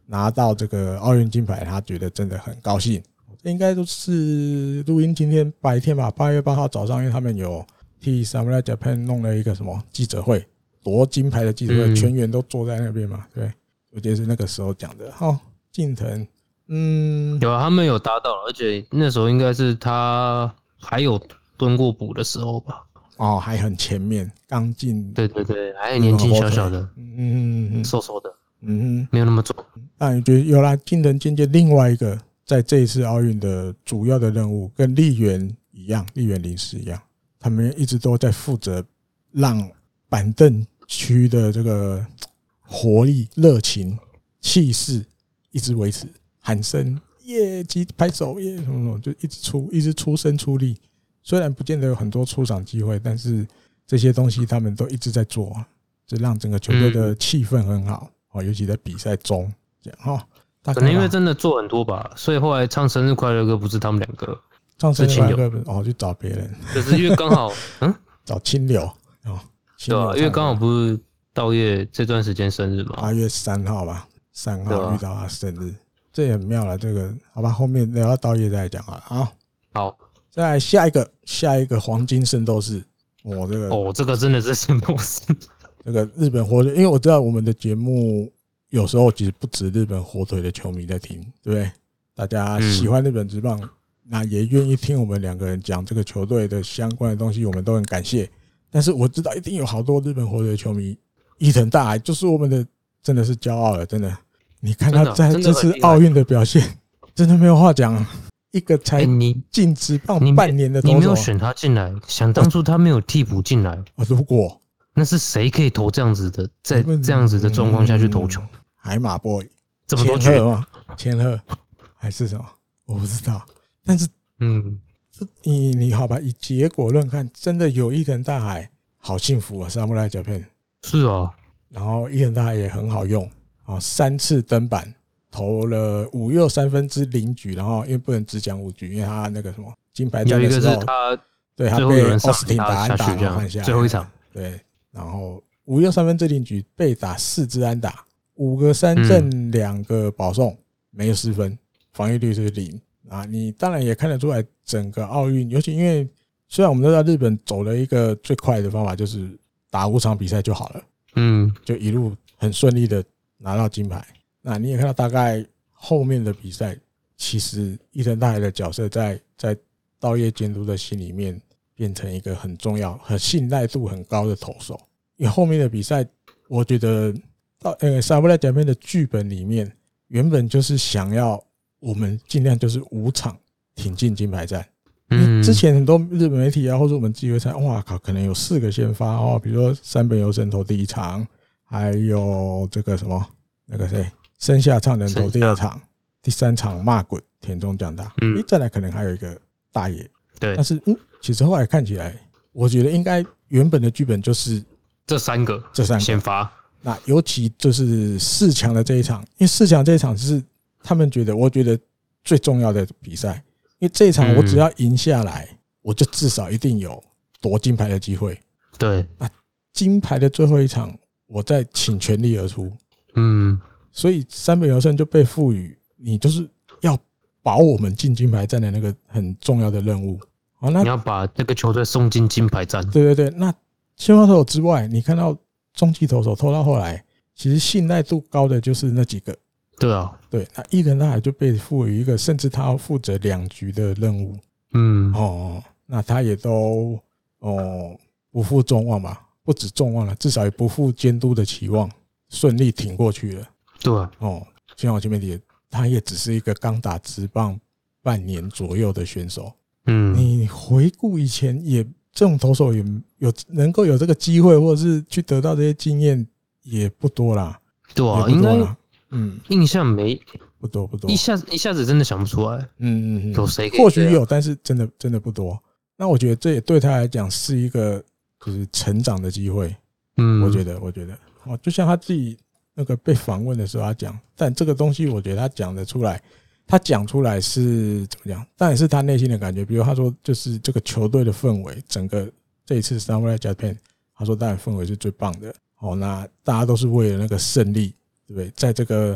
拿到这个奥运金牌，他觉得真的很高兴。这应该都是录音今天白天吧，8月8号早上，因为他们有替 Samurai Japan 弄了一个什么记者会，夺金牌的记者会，全员都坐在那边嘛，对，我记得是那个时候讲的。好，近藤， 有啊，他们有搭到，而且那时候应该是他还有蹲过补的时候吧。 哦，还很前面，刚进， 对对对，还很年轻小小的，瘦瘦的，没有那么重。 但觉得有啦，近藤健介另外一个在这一次奥运的主要的任务，跟立原一样，立原临时一样，他们一直都在负责让板凳区的这个活力、热情、气势一直维持，喊声耶，拍手耶，什么什么，就一直出声出力。虽然不见得有很多出场机会，但是这些东西他们都一直在做，就让整个球队的气氛很好，尤其在比赛中这样。 可能因为真的做很多吧，所以后来唱生日快乐歌不是他们两个唱生日快乐歌，去找别人， 就是因为刚好找清流对啊，因为刚好不是稻叶这段时间生日嘛 ，8月3号吧，3号遇到他生日，这也很妙了。这个好吧，后面聊到稻叶再讲好。 好。 再来下一个黄金圣斗士， 这个真的是圣斗士。 这个日本火腿，因为我知道我们的节目有时候其实不止日本火腿的球迷在听，对不对？大家喜欢日本职棒，那也愿意听我们两个人讲这个球队的相关的东西，我们都很感谢。但是我知道一定有好多日本火腿的球迷，伊藤大海就是我们的，真的是骄傲了，真的。你看他在这次奥运的表现，真的没有话讲。一个才进职棒半年的投手， 你没有选他进来，想当初他没有替补进来， 如果那是谁可以投这样子的，在这样子的状况下去投球？ 海马 boy 这么多局吗？千鹤还是什么？我不知道。但是你好吧，以结果论看，真的有伊藤大海好幸福啊！Samurai Japan 是啊， 然后伊藤大海也很好用，3次登板。投了5又0/3局，然后因为不能只讲5局，因为他那个什么金牌战的时候， 有一个是他对他被奥斯汀打安打换下来， 最后一场对，然后5又0/3局被打4支安打，5个3振2个保送，没有失分，防御率是0啊。你当然也看得出来，整个奥运，尤其因为虽然我们都知道日本走了一个最快的方法，就是打5场比赛就好了，就一路很顺利的拿到金牌。那你也看到，大概后面的比赛，其实伊藤大海的角色在稻叶监督的心里面变成一个很重要、很信赖度很高的投手。因为后面的比赛，我觉得Samurai Japan的剧本里面原本就是想要我们尽量就是5场挺进金牌战。之前很多日本媒体或者我们自己会猜，哇靠，可能有4个先发比如说山本由伸投第1场，还有这个什么那个谁。生下唱人投第2场，第3场骂滚田中将大，再来可能还有一个大野， 对， 但是其实后来看起来，我觉得应该原本的剧本就是这三个先发。 那尤其就是4强的这一场，因为4强这一场是他们我觉得最重要的比赛，因为这一场我只要赢下来，我就至少一定有夺金牌的机会。 对， 那金牌的最后一场，我再请全力而出。所以山本由伸就被赋予你就是要保我们进金牌战的那个很重要的任务。 你要把这个球队送进金牌战。 对对对，那先发投手之外，你看到中继投手投到后来，其实信赖度高的就是那几个。 对啊， 对，那伊藤大海就被赋予一个，甚至他要负责2局的任务。那他也都不负众望吧，不止众望了，至少也不负监督的期望，顺利挺过去了。 对啊， 就像我前面提的，他也只是一个刚打职棒半年左右的选手。你回顾以前，也这种投手也能够有这个机会，或者是去得到这些经验，也不多啦。 对啊，应该印象没不多， 一下子真的想不出来。有谁？ 或许有，但是真的不多。那我觉得这也对他来讲是一个就是成长的机会。我觉得就像他自己。那个被访问的时候他讲，但这个东西我觉得他讲得出来，他讲出来是怎么讲？当然是他内心的感觉。比如他说，就是这个球队的氛围，整个这一次 Samurai Japan， 他说当然氛围是最棒的。那大家都是为了那个胜利，对不对？在这个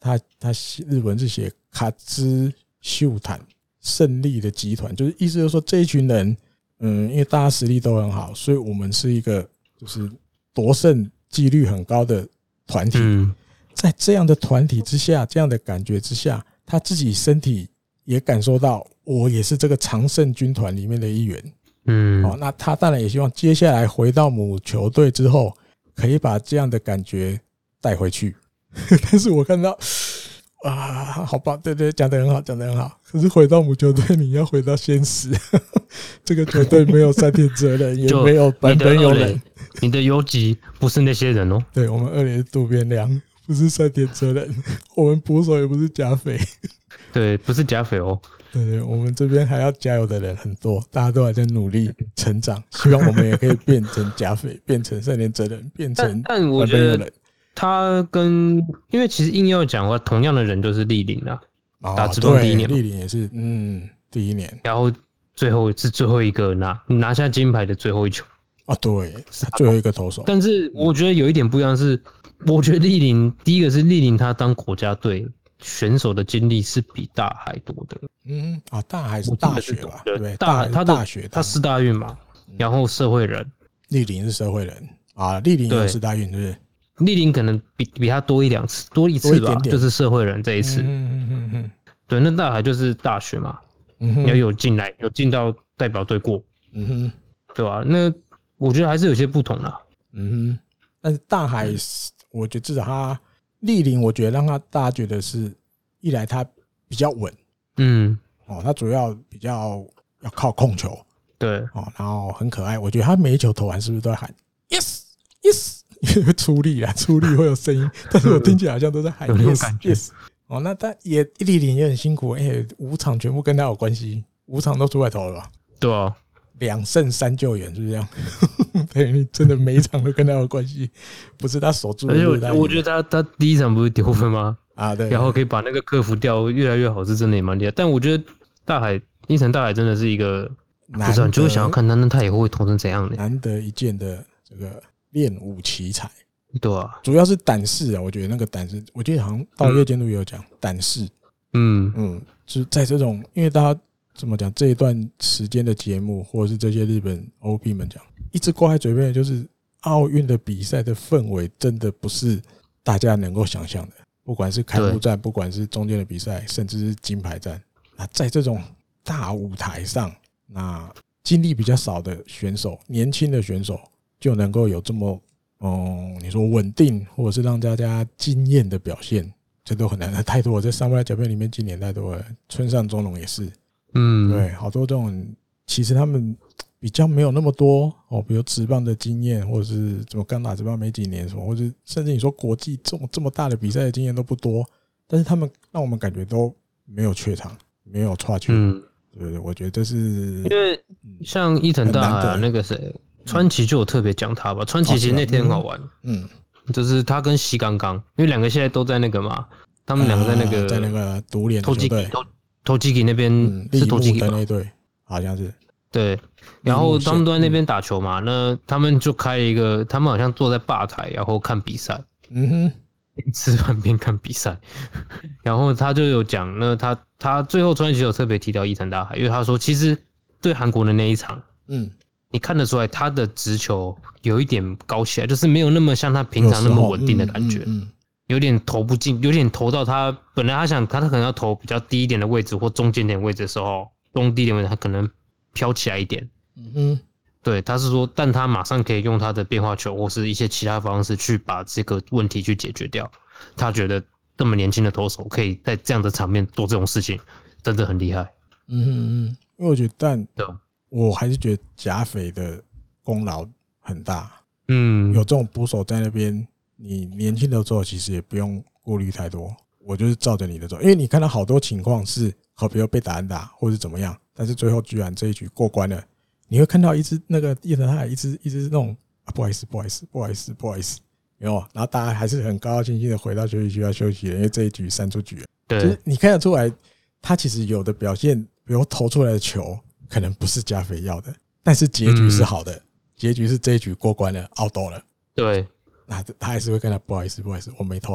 他日文是写卡兹秀坦胜利的集团，就是意思就是说这一群人，因为大家实力都很好，所以我们是一个就是夺胜几率很高的团体。在这样的团体之下，这样的感觉之下，他自己身体也感受到，我也是这个常胜军团里面的一员。那他当然也希望接下来回到母球队之后，可以把这样的感觉带回去。但是我看到好吧，对，讲得很好，讲得很好。可是回到母球队，你要回到现实，这个球队没有山田哲人，也没有坂本勇人， 你的游击不是那些人哦。 对，我们二垒是渡边良，不是山田哲人，我们捕手也不是甲斐， 对，不是甲斐哦。 对，我们这边还要加油的人很多，大家都还在努力成长，希望我们也可以变成甲斐，变成山田哲人，变成但我觉得他因为其实硬要讲的话，同样的人就是立林啊，打职棒第一年， 立林也是第一年， 然后最后一个拿下金牌的最后一球啊，对，最后一个投手。 但是我觉得有一点不一样是，我觉得立林第一个是立林他当国家队选手的经历是比大海多的。 大海是大学吧？对不对？ 他大学， 他四大运嘛，然后社会人， 立林是社会人啊，立林有四大运，是不是？ 立林可能比他多一次吧，就是社会人这一次。对，那大海就是大学嘛，要有进到代表队过，对吧？那我觉得还是有些不同啦。 但是大海，我觉得至少他立林，我觉得让大家觉得是一来他比较稳，他主要比较要靠控球， 对， 然后很可爱，我觉得他每一球投完是不是都在喊 yes yes， 因为出力会有声音，但是我听起来好像都在喊 yes yes。那他也立林也很辛苦，5场全部跟他有关系，5场都出来投了吧？ 对啊 ，2胜3救援，是不是这样？对，你真的每一场都跟他有关系，不是他守住。 而且我觉得他第一场不是丢分吗？ 对， 然后可以把那个克服掉，越来越好，是真的也蛮厉害。但我觉得伊藤大海真的是一个，不知道你就会想要看他以后会投成怎样的， 难得一见的这个练武奇才。 对啊， 主要是胆识啊，我觉得那个胆识，我记得好像到夜监督也有讲胆识。就是在这种，因为大家怎么讲，这一段时间的节目，或者是这些日本 OB 们讲，一直挂在嘴边的就是奥运的比赛的氛围，真的不是大家能够想象的。不管是开幕战，不管是中间的比赛，甚至是金牌战，在这种大舞台上，那经历比较少的选手，年轻的选手就能够有这么你说稳定，或者是让大家惊艳的表现，这都很难的，太多。我在上半甲片里面今年太多了，村上中龙也是，对，好多这种其实他们比较没有那么多比如职棒的经验，或者是怎么刚打职棒没几年什么，或者甚至你说国际这么大的比赛的经验都不多，但是他们让我们感觉都没有怯场，没有差距。对，我觉得这是因为像伊藤大海那个谁。川崎就有特别讲他吧，川崎其实那天很好玩，就是他跟西刚刚，因为2个现在都在那个嘛，他们2个在那个独联投基那边是投基的那队，好像是对，然后他们都在那边打球嘛，那他们就开了一个，他们好像坐在吧台，然后看比赛，边吃饭边看比赛，然后他就有讲，那他最后川崎有特别提到伊藤大海，因为他说其实对韩国的那一场，你看得出来他的直球有一点高起来，就是没有那么像他平常那么稳定的感觉，有点投不进，有点投到他本来他可能要投比较低一点的位置或中间点位置的时候，中低点位置他可能飘起来一点，对，他是说，但他马上可以用他的变化球或是一些其他方式去把这个问题去解决掉。他觉得这么年轻的投手可以在这样的场面做这种事情，真的很厉害。 因为我觉得，但我还是觉得甲斐的功劳很大。有这种捕手在那边，你年轻的时候其实也不用顾虑太多，我就是照着你的走。因为你看到好多情况是，比如被打安打或是怎么样，但是最后居然这一局过关了，你会看到一只那个叶藤海一直那种不好意思，有没有？然后大家还是很高高兴兴的回到休息区要休息了，因为这一局3出局了。 对， 就是你看得出来，他其实有的表现，比如投出来的球。可能不是加菲要的，但是结局是好的，结局是这一局过关了，out 了。 对， 那他还是会跟他不好意思，我没投好，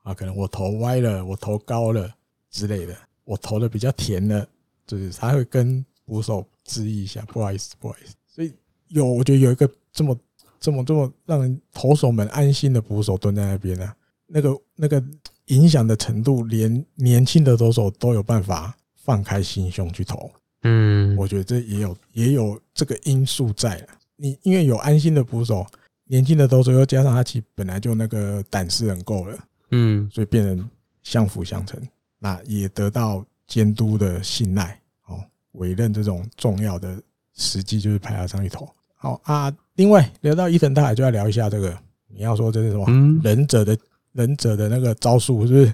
啊，可能我投歪了，我投高了之类的，我投的比较甜了，就是他会跟捕手致意一下，不好意思。所以我觉得有一个这么让人投手们安心的捕手蹲在那边啊，那个影响的程度，连年轻的投手都有办法放开心胸去投。我觉得这也有这个因素在了。你因为有安心的捕手，年轻的投手又加上他其实本来就那个胆识很够了，所以变成相辅相成。那也得到监督的信赖，委任这种重要的时机就是派他上去投。好啊，另外聊到伊藤大海就要聊一下这个，你要说这是什么忍者的那个招数是不是？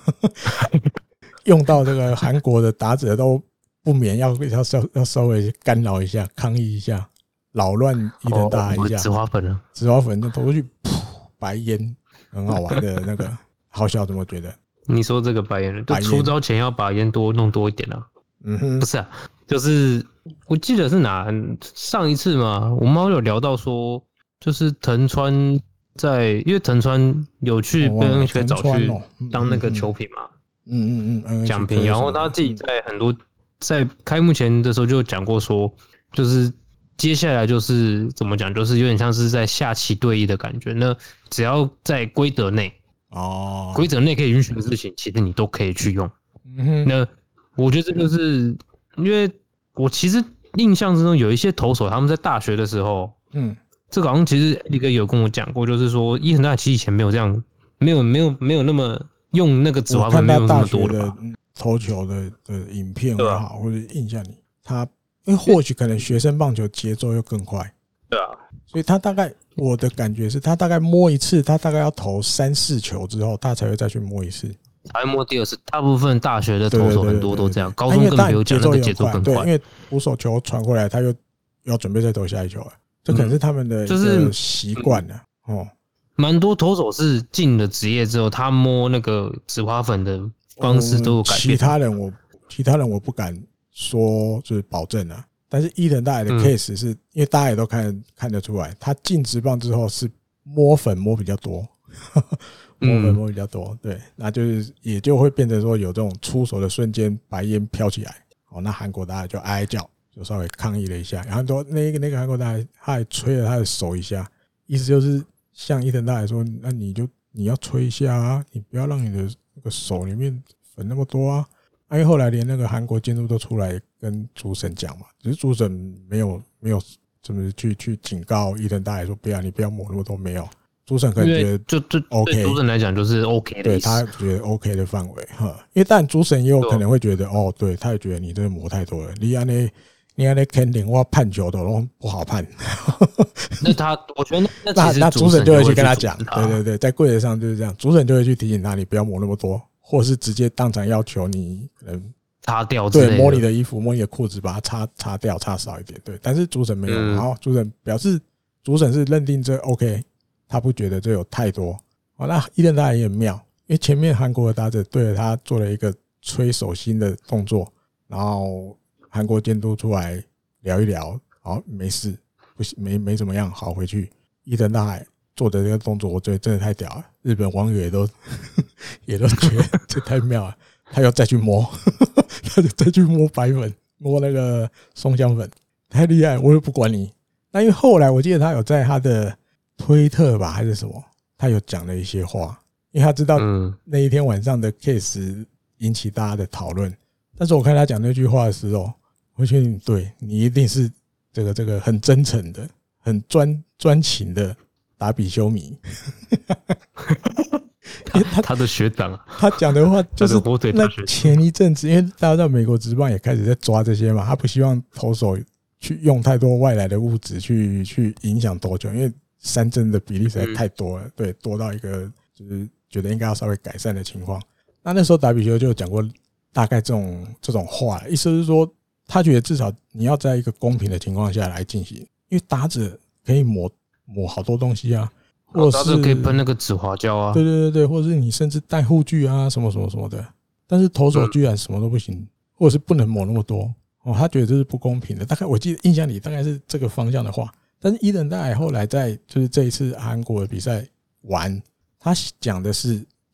用到这个韩国的打者都不免要稍微干扰一下，抗议一下，扰乱伊藤大海一下。 紫花粉就投过去，白烟，很好玩的那个，好笑，怎么觉得？ 你说这个白烟，就出招前要把烟弄多一点啊。不是啊，就是我记得是上一次嘛，我们有聊到说，就是藤川因为藤川有去被 NHK 找去当那个球评嘛。讲评，然后他自己在很多在开幕前的时候就讲过说，就是接下来就是怎么讲，就是有点像是在下棋对弈的感觉。那只要在规则内，规则内可以允许的事情，其实你都可以去用。那我觉得这个是因为我其实印象之中有一些投手他们在大学的时候，这个好像其实一个有跟我讲过，就是说伊藤大海其实以前没有这样，没有那么。用那个紫花粉没有那么多的投球的影片也好，或者印象里，他因为或许可能学生棒球节奏又更快， 对啊， 所以他大概我的感觉是他大概摸一次，他大概要投3-4球之后，他才会再去摸一次， 才会摸第二次。大部分大学的投手很多都这样，高中更不用讲，那个节奏更快。 对，因为捕手球传过来，他又要准备再投下一球了，这可能是他们的就是习惯了哦。 蛮多投手是进了职业之后，他摸那个紫花粉的方式都有改变。 其他人我不敢说就是保证啊，但是伊藤大海的 case 是因为大家也都看得出来，他进职棒之后是摸粉摸比较多，摸比较多，对，那就是也就会变成说有这种出手的瞬间白烟飘起来，那韩国大海就哀叫，就稍微抗议了一下，然后都那个韩国大海他还吹了他的手一下，意思就是像伊藤大海说，那你要吹一下啊，你不要让你的那个手里面粉那么多啊。因为后来连那个韩国监督都出来跟主审讲嘛，只是主审没有怎么去警告伊藤大海说不要，你不要抹那么多，没有。主审可能觉得就 OK， 对主审来讲就是 OK 的意思， 对他觉得 OK 的范围哈。因为但主审也有可能会觉得对，他也觉得你这抹太多了，你按那肯定我判球都不好判。 那我觉得那主审就会去跟他讲，对，在柜子上就是这样，主审就会去提醒他，你不要抹那么多，或是直接当场要求你可能擦掉之类的， 对，摸你的衣服，摸你的裤子，把它擦掉，擦少一点，对。但是主审没有，然后主审表示主审是认定这 OK， 他不觉得这有太多。那伊藤大海也很妙，因为前面韩国的打者对着他做了一个吹手心的动作，然后韩国监督出来聊一聊，好，没事，不行，没怎么样，好，回去。伊藤大海做的这个动作，我觉得真的太屌了，日本网友也都觉得这太妙了，他要再去摸，他就再去摸白粉，摸那个松香粉，太厉害，我也不管你。那因为后来我记得他有在他的推特吧还是什么，他有讲了一些话，因为他知道那一天晚上的 case 引起大家的讨论。但是我看他讲那句话的时候，我觉得对，你一定是这个很真诚的、很专情的达比修迷。 他的学长， 他讲的话就是那前一阵子，因为大家知道美国职棒也开始在抓这些嘛，他不希望投手去用太多外来的物质去影响投球，因为三振的比例实在太多了，对，多到一个就是觉得应该要稍微改善的情况。那时候达比修就讲过大概这种话，意思是说他觉得至少你要在一个公平的情况下来进行，因为打者可以抹好多东西啊，或者是可以喷那个紫花胶啊， 对，或者是你甚至带护具啊什么的，但是投手居然什么都不行，或者是不能抹那么多，他觉得这是不公平的。大概我记得印象里大概是这个方向的话，但是伊藤大海后来在就是这一次韩国的比赛完，他讲的是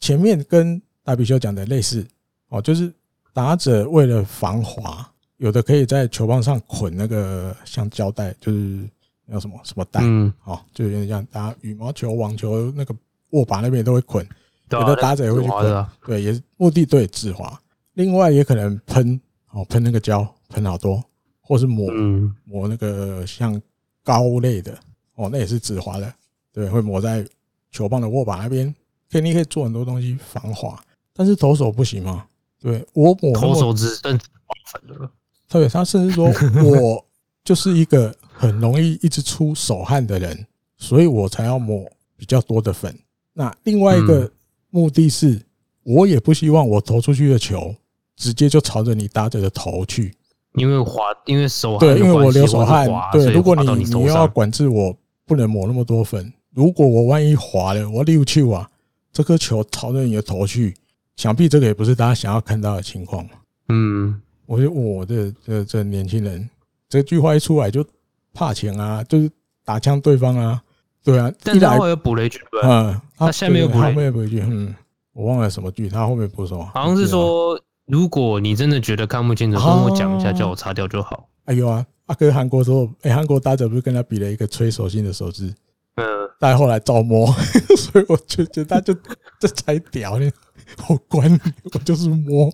前面跟大比修讲的类似哦，就是打者为了防滑，有的可以在球棒上捆那个像胶带，就是那什么带，哦，就有点像打羽毛球、网球那个握把那边都会捆，有的打者也会去捆，对，也是目的对止滑。另外也可能喷那个胶，喷好多，或是抹那个像膏类的哦，那也是止滑的，对，会抹在球棒的握把那边，你可以做很多东西防滑，但是投手不行嘛？对，我抹投手只剩粉了。 对，他甚至说我就是一个很容易一直出手汗的人，所以我才要抹比较多的粉。那另外一个目的是，我也不希望我投出去的球直接就朝着你打者的头去， 因为手汗， 对，因为我流手汗，对，如果你又要管制我不能抹那么多粉，如果我万一滑了，我溜球啊，这颗球朝着你的头去，想必这个也不是大家想要看到的情况嘛。我觉得我这年轻人这句话一出来就怕钱啊，就是打枪对方啊，对啊。 但他后来又补了一句，他下面又补了一句，我忘了什么句，他后面补什么？ 好像是说，如果你真的觉得看不清楚，跟我讲一下，叫我擦掉就好。 哎呦啊，跟韩国说，韩国打者不是跟他比了一个吹手心的手势，但后来照摸，所以我就觉得他就这才屌呢，我管你，我就是摸。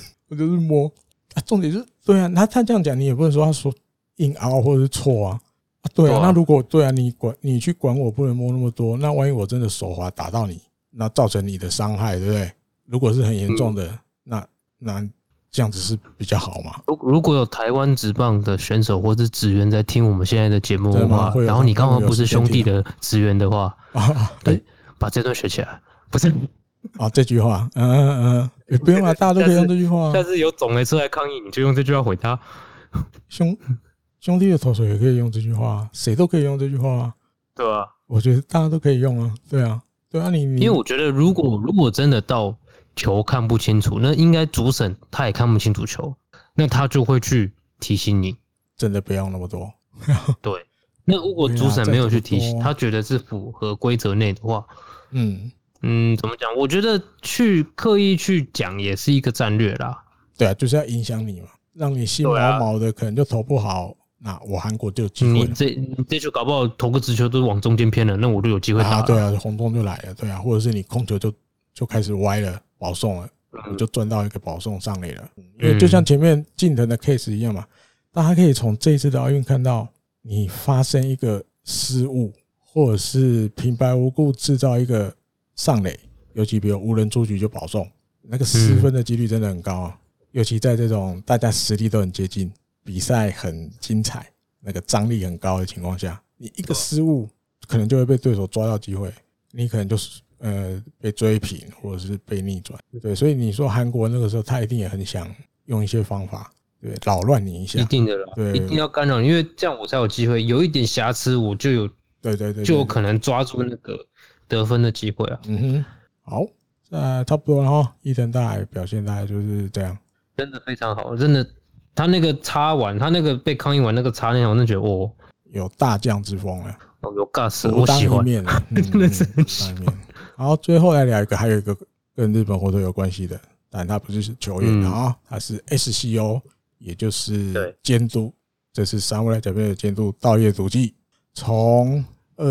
重点是，对啊，他这样讲，你也不能说他说硬凹或者是错啊。对啊，那如果对啊，你去管我不能摸那么多，那万一我真的手滑打到你，那造成你的伤害，对不对？如果是很严重的，那这样子是比较好嘛？ 如果有台湾职棒的选手或是职员在听我们现在的节目的话，然后你刚好不是兄弟的职员的话，对，把这段学起来，不是。 这句话，也不用啊，大家都可以用这句话。 下次有种来出来抗议，你就用这句话回他。 兄弟的投手也可以用这句话，谁都可以用这句话， 对啊， 我觉得大家都可以用啊，对啊，因为我觉得如果真的到球看不清楚，那应该主审他也看不清楚球，那他就会去提醒你， 真的不要那么多。 对，那如果主审没有去提醒，他觉得是符合规则内的话，怎么讲？我觉得去刻意去讲也是一个战略啦。 对啊，就是要影响你嘛，让你心毛毛的，可能就投不好。那我韩国就有机会。 你这球搞不好投个直球都往中间偏了，那我就有机会打了。 对啊，红中就来了，对啊，或者是你控球就开始歪了，保送了，你就赚到一个保送上垒了。因为就像前面近藤的 case 一样嘛，大家可以从这一次的奥运看到，你发生一个失误，或者是平白无故制造一个上垒，尤其比如无人出局就保送，那个失分的几率真的很高啊。尤其在这种大家实力都很接近，比赛很精彩，那个张力很高的情况下，你一个失误可能就会被对手抓到机会，你可能就是被追平或者是被逆转。对，所以你说韩国那个时候他一定也很想用一些方法，对，扰乱你一下， 一定的啦，对，一定要干扰，因为这样我才有机会，有一点瑕疵我就有， 对， 就有可能抓住那个得分的机会啊。 好，差不多了哈。伊藤大海表现大概就是这样， 真的非常好，真的。他那个插完，他那个被抗议完那个插那，我真的觉得有大将之风了， 有 gas， 我喜欢， 真的是很喜欢。然后最后来聊一个，还有一个跟日本火腿有关系的，但他不是球员啊，他是 SCO， 也就是监督，这是侍甲片的监督稻叶笃纪，从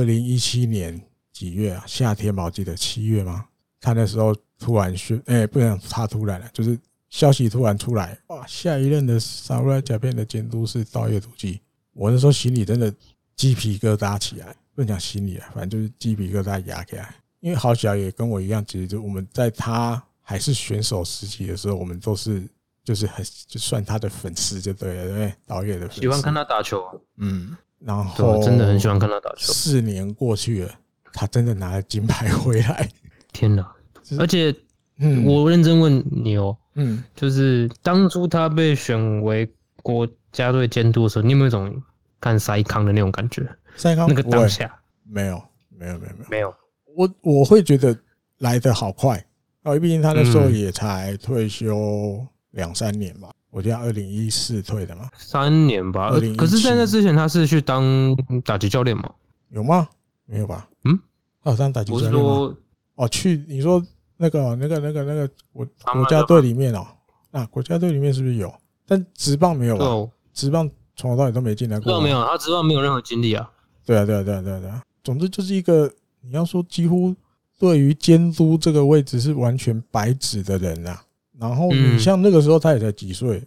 2017年几月啊？夏天吧，我记得7月吗？他那时候突然不能他突然了，就是消息突然出来，哇！下一任的侍甲片的监督是稻叶笃纪。我那时候心里真的鸡皮疙瘩起来，不能讲心里啊，反正就是鸡皮疙瘩压起来。因为好小也跟我一样，其实就我们在他还是选手时期的时候，我们都是就算他的粉丝就对了，对不对？稻叶的粉丝喜欢看他打球， 然后真的很喜欢看他打球。 4年过去了，他真的拿了金牌回来， 天哪！而且我认真问你就是当初他被选为国家队监督的时候，你有没有一种看塞康的那种感觉？ 塞康那个当下没有， 我会觉得来得好快毕竟他那时候也才退休2-3年吧，我记得2014退的嘛 ，3年吧。可是在那之前他是去当打击教练吗？ 有吗？没有吧？他有当打击教练吗？你说那个国家队里面国家队里面是不是有？但职棒没有吧？职棒从头到尾都没进来过。 职棒没有，他职棒没有任何经历啊。 对啊。总之就是一个你要说几乎对于监督这个位置是完全白纸的人啊。然后你像那个时候他也才几岁，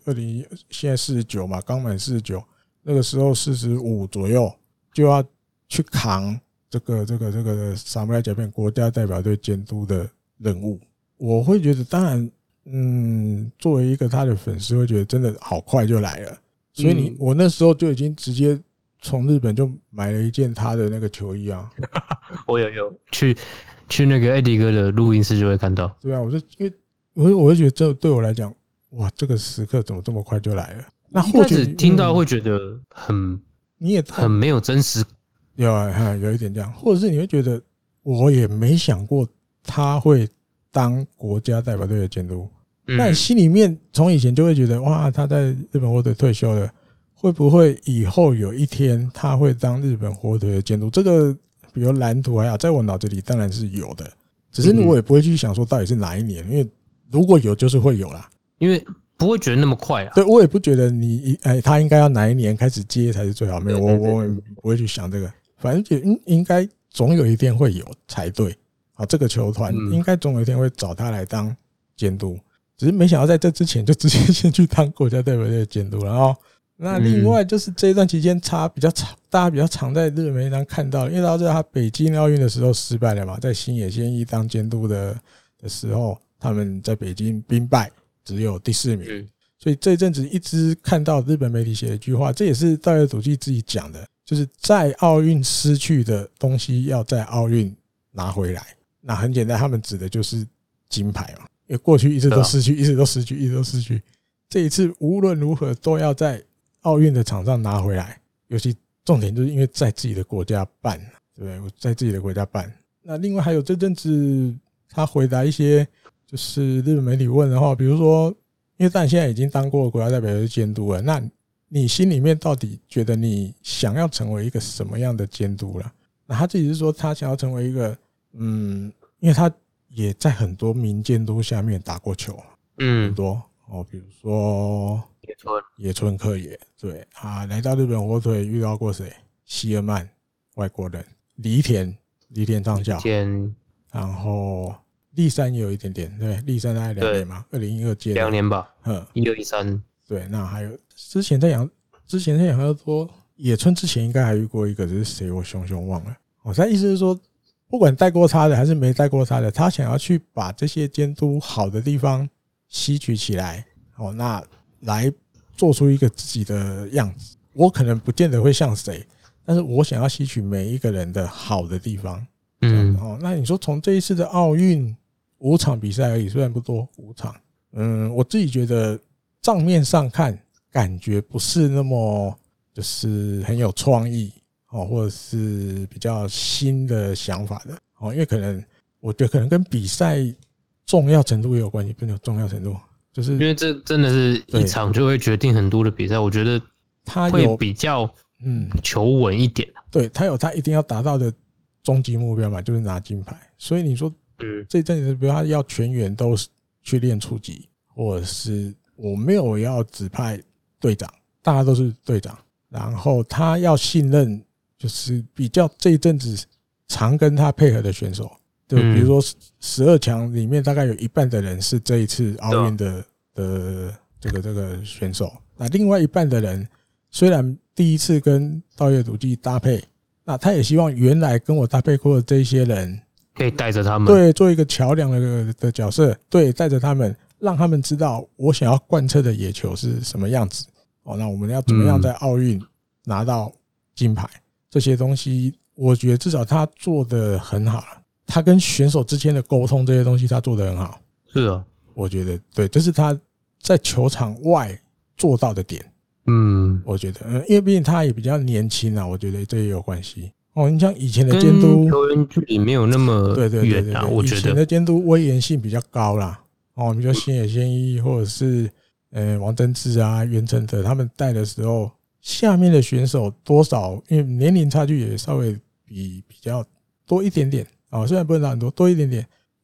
现在49嘛，刚满49，那个时候45左右就要去扛这个萨姆莱甲片国家代表队监督的任务。我会觉得，当然。作为一个他的粉丝，会觉得真的好快就来了，所以我那时候就已经直接从日本就买了一件他的那个球衣啊。 我有去那个 Eddie 哥的录音室就会看到。 对啊，因为我会觉得这对我来讲，哇，这个时刻怎么这么快就来了？那或许听到会觉得很没有真实， 有一点这样，或者是你会觉得我也没想过他会当国家代表队的监督。但心里面从以前就会觉得，哇，他在日本火腿退休了，会不会以后有一天他会当日本火腿的监督？这个比如蓝图还好，在我脑子里当然是有的，只是我也不会去想说到底是哪一年，因为如果有就是会有啦， 因为不会觉得那么快啊。 对，我也不觉得他应该要哪一年开始接才是最好，没有，我也不会去想这个，反正觉得应该总有一天会有才对。好，这个球团应该总有一天会找他来当监督。只是没想到在这之前就直接先去当国家代表队的监督了哦。那另外就是这一段期间大家比较常在日本媒体上看到，因为大家知道他北京奥运的时候失败了嘛，在新野宪一当监督的时候，他们在北京兵败，只有第4名。所以这一阵子一直看到日本媒体写了一句话，这也是稻叶笃纪自己讲的，就是在奥运失去的东西要在奥运拿回来。那很简单，他们指的就是金牌嘛。因为过去一直都失去，这一次无论如何都要在奥运的场上拿回来，尤其重点就是因为在自己的国家办，对不对？在自己的国家办。那另外还有这阵子他回答一些就是日本媒体问的话，比如说，因为但现在已经当过国家代表队监督了，那你心里面到底觉得你想要成为一个什么样的监督了？那他自己是说他想要成为一个因为他也在很多名监督下面打过球，很多比如说野村克也，对啊，来到日本火腿遇到过谁？希尔曼，外国人，梨田上校，然后立山也有一点点，对，立山大概2年嘛，2012届 2年吧，12、13， 对，那还有之前在养乐多，野村之前应该还遇过一个，只是谁我熊忘了。他意思是说，不管带过他的还是没带过他的，他想要去把这些监督好的地方吸取起来，那来做出一个自己的样子。我可能不见得会像谁，但是我想要吸取每一个人的好的地方。那你说从这一次的奥运5场比赛而已，虽然不多5场，我自己觉得账面上看感觉不是那么就是很有创意。或者是比较新的想法的，因为我觉得可能跟比赛重要程度也有关系，不是重要程度，就是因为这真的是一场就会决定很多的比赛，我觉得他会比较求稳一点。 对，他有他一定要达到的终极目标嘛，就是拿金牌。所以你说，这阵子比如他要全员都去练触击，或者是我没有要指派队长，大家都是队长，然后他要信任。就是比较这一阵子常跟他配合的选手，就比如说12强里面大概有一半的人是这一次奥运的这个选手，那另外一半的人虽然第一次跟稻叶笃纪搭配，那他也希望原来跟我搭配过的这些人可以带着他们， 对，做一个桥梁的角色，对，带着他们，让他们知道我想要贯彻的野球是什么样子。那我们要怎么样在奥运拿到金牌？这些东西我觉得至少他做得很好，他跟选手之间的沟通这些东西他做得很好。 是啊， 我觉得对，这是他在球场外做到的点。我觉得因为毕竟他也比较年轻啊，我觉得这也有关系。你像以前的监督球员距离没有那么远啊，我觉得以前的监督威严性比较高啦。比如说新野宪一或者是王贞治啊、袁成德他们带的时候，下面的选手多少因为年龄差距也稍微比较多一点点，虽然不能很多，多一点点。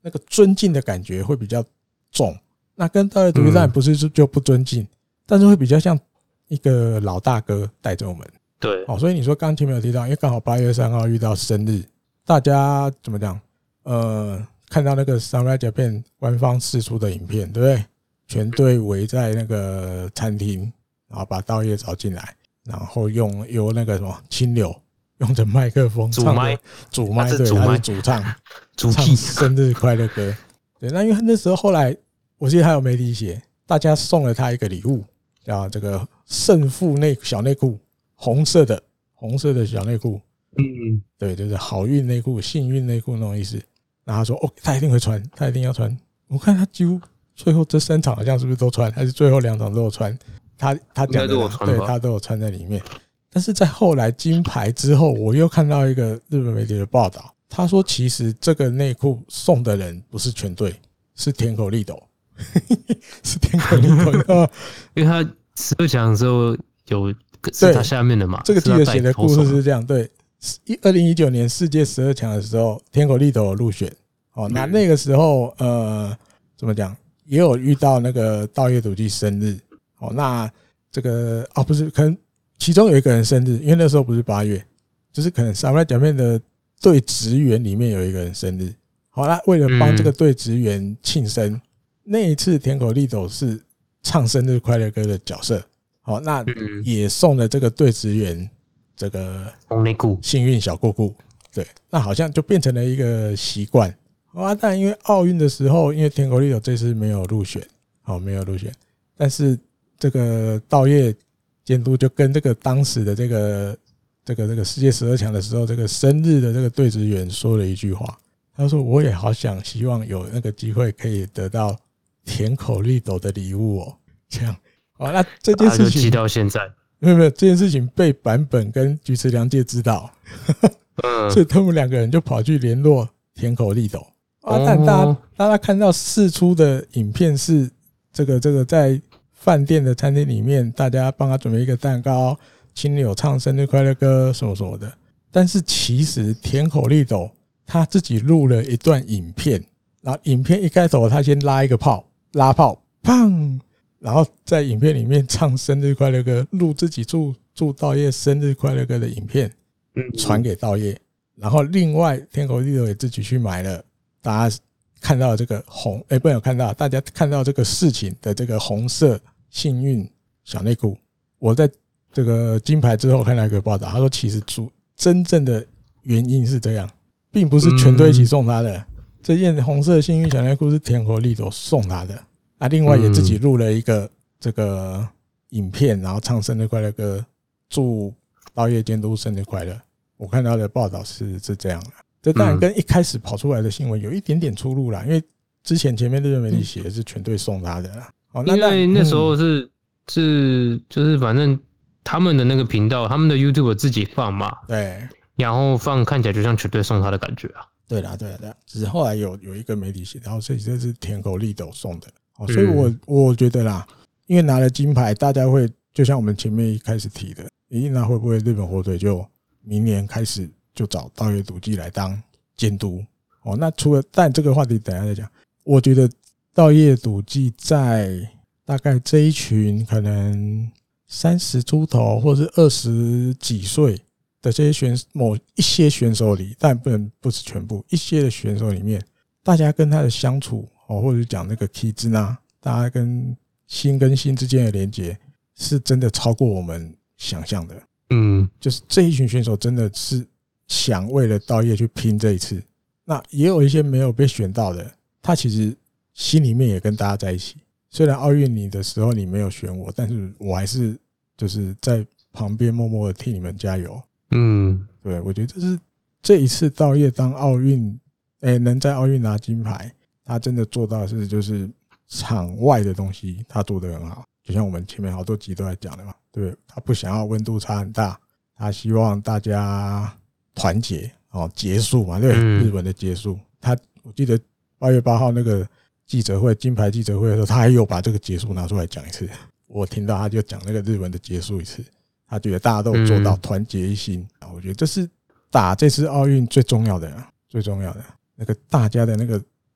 那个尊敬的感觉会比较重。那跟道业赌技当然不是就不尊敬，但是会比较像一个老大哥带着我们。 对， 所以你说刚前面有提到，因为刚好8月3号遇到生日，大家怎么讲？看到那个 Samurai Japan 官方释出的影片，对不对？全队围在那个餐厅，然后把道业找进来，然后由那个什么清流用着麦克风主麦， 对，他是主唱，唱生日快乐歌。对，那因为那时候后来我记得还有媒体写，大家送了他一个礼物，叫这个胜负小内裤，红色的小内裤。对，就是好运内裤、幸运内裤那种意思。然后他说他一定会穿，他一定要穿。我看他几乎最后这3场好像是不是都穿，还是最后2场都有穿？他讲的，对，他都有穿在里面。但是在后来金牌之后，我又看到一个日本媒体的报道，他说其实这个内裤送的人不是全队，是田口利斗，是田口利斗， 因为他12强的时候是他下面的嘛。 这个记者写的故事是这样，对。2019年世界12强的时候，田口利斗有入选。那个时候怎么讲，也有遇到那个道业赌技生日。那这个不是，可能其中有一个人生日，因为那时候不是8月，就是可能Samurai Japan的队职员里面有一个人生日。那为了帮这个队职员庆生，那一次田口利斗是唱生日快乐歌的角色。那也送了这个队职员这个红内裤幸运小裤裤。对，那好像就变成了一个习惯。但因为奥运的时候，因为田口利斗这次没有入选，但是这个道业监督就跟这个当时的这个世界12强的时候，这个生日的这个队职员说了一句话，他说我也好希望有那个机会可以得到田口利斗的礼物这样。那这件事情记到现在， 没有这件事情被坂本跟菊池良介知道，所以他们2个人就跑去联络田口利斗。但大家看到释出的影片是这个在饭店的餐厅里面，大家帮他准备一个蛋糕，亲友唱生日快乐歌什么什么的。但是其实田口利斗他自己录了一段影片，然后影片一开头他先拉炮，砰！然后在影片里面唱生日快乐歌，录自己祝道业生日快乐歌的影片，传给道业。然后另外田口利斗也自己去买了大家看到这个不有看到，大家看到这个事情的这个红色幸运小内裤。我在这个金牌之后看到一个报道，他说其实真正的原因是这样，并不是全队一起送他的。这件红色幸运小内裤是田口利斗送他的。另外也自己录了一个这个影片，然后唱生日快乐歌，祝道业监督生日快乐。我看到的报道是这样的。这当然跟一开始跑出来的新闻有一点点出入啦，因为之前前面日本媒体写的是全队送他的啦。 因为那时候就是反正他们的那个频道，他们的 YouTube 自己放嘛， 对， 然后看起来就像全队送他的感觉啊。 对啦，只是后来有一个媒体写，然后所以这是田口利斗送的。所以我觉得啦，因为拿了金牌，大家会就像我们前面一开始提的，那会不会日本火腿就明年开始就找道业赌技来当监督？那但这个话题等一下再讲。我觉得道业赌技在大概这一群可能30出头或是20几岁的这些一些选手里，但不是全部，一些的选手里面，大家跟他的相处，或者讲那个 Kizuna， 大家跟心之间的连结是真的超过我们想象的。就是这一群选手真的是想为了道业去拼这一次。那也有一些没有被选到的，他其实心里面也跟大家在一起。虽然奥运你的时候你没有选我，但是我还是就是在旁边默默的替你们加油。对，我觉得这一次道业当奥运能在奥运拿金牌，他真的做到的是就是场外的东西他做得很好。就像我们前面好多集都在讲的嘛，对，他不想要温度差很大，他希望大家团结结束嘛，对，日本的结束。我记得8月8号那个记者会，金牌记者会的时候，他还有把这个结束拿出来讲一次。我听到他就讲那个日本的结束一次，他觉得大家都有做到团结一心。我觉得这是打这次奥运最重要的那个大家的那个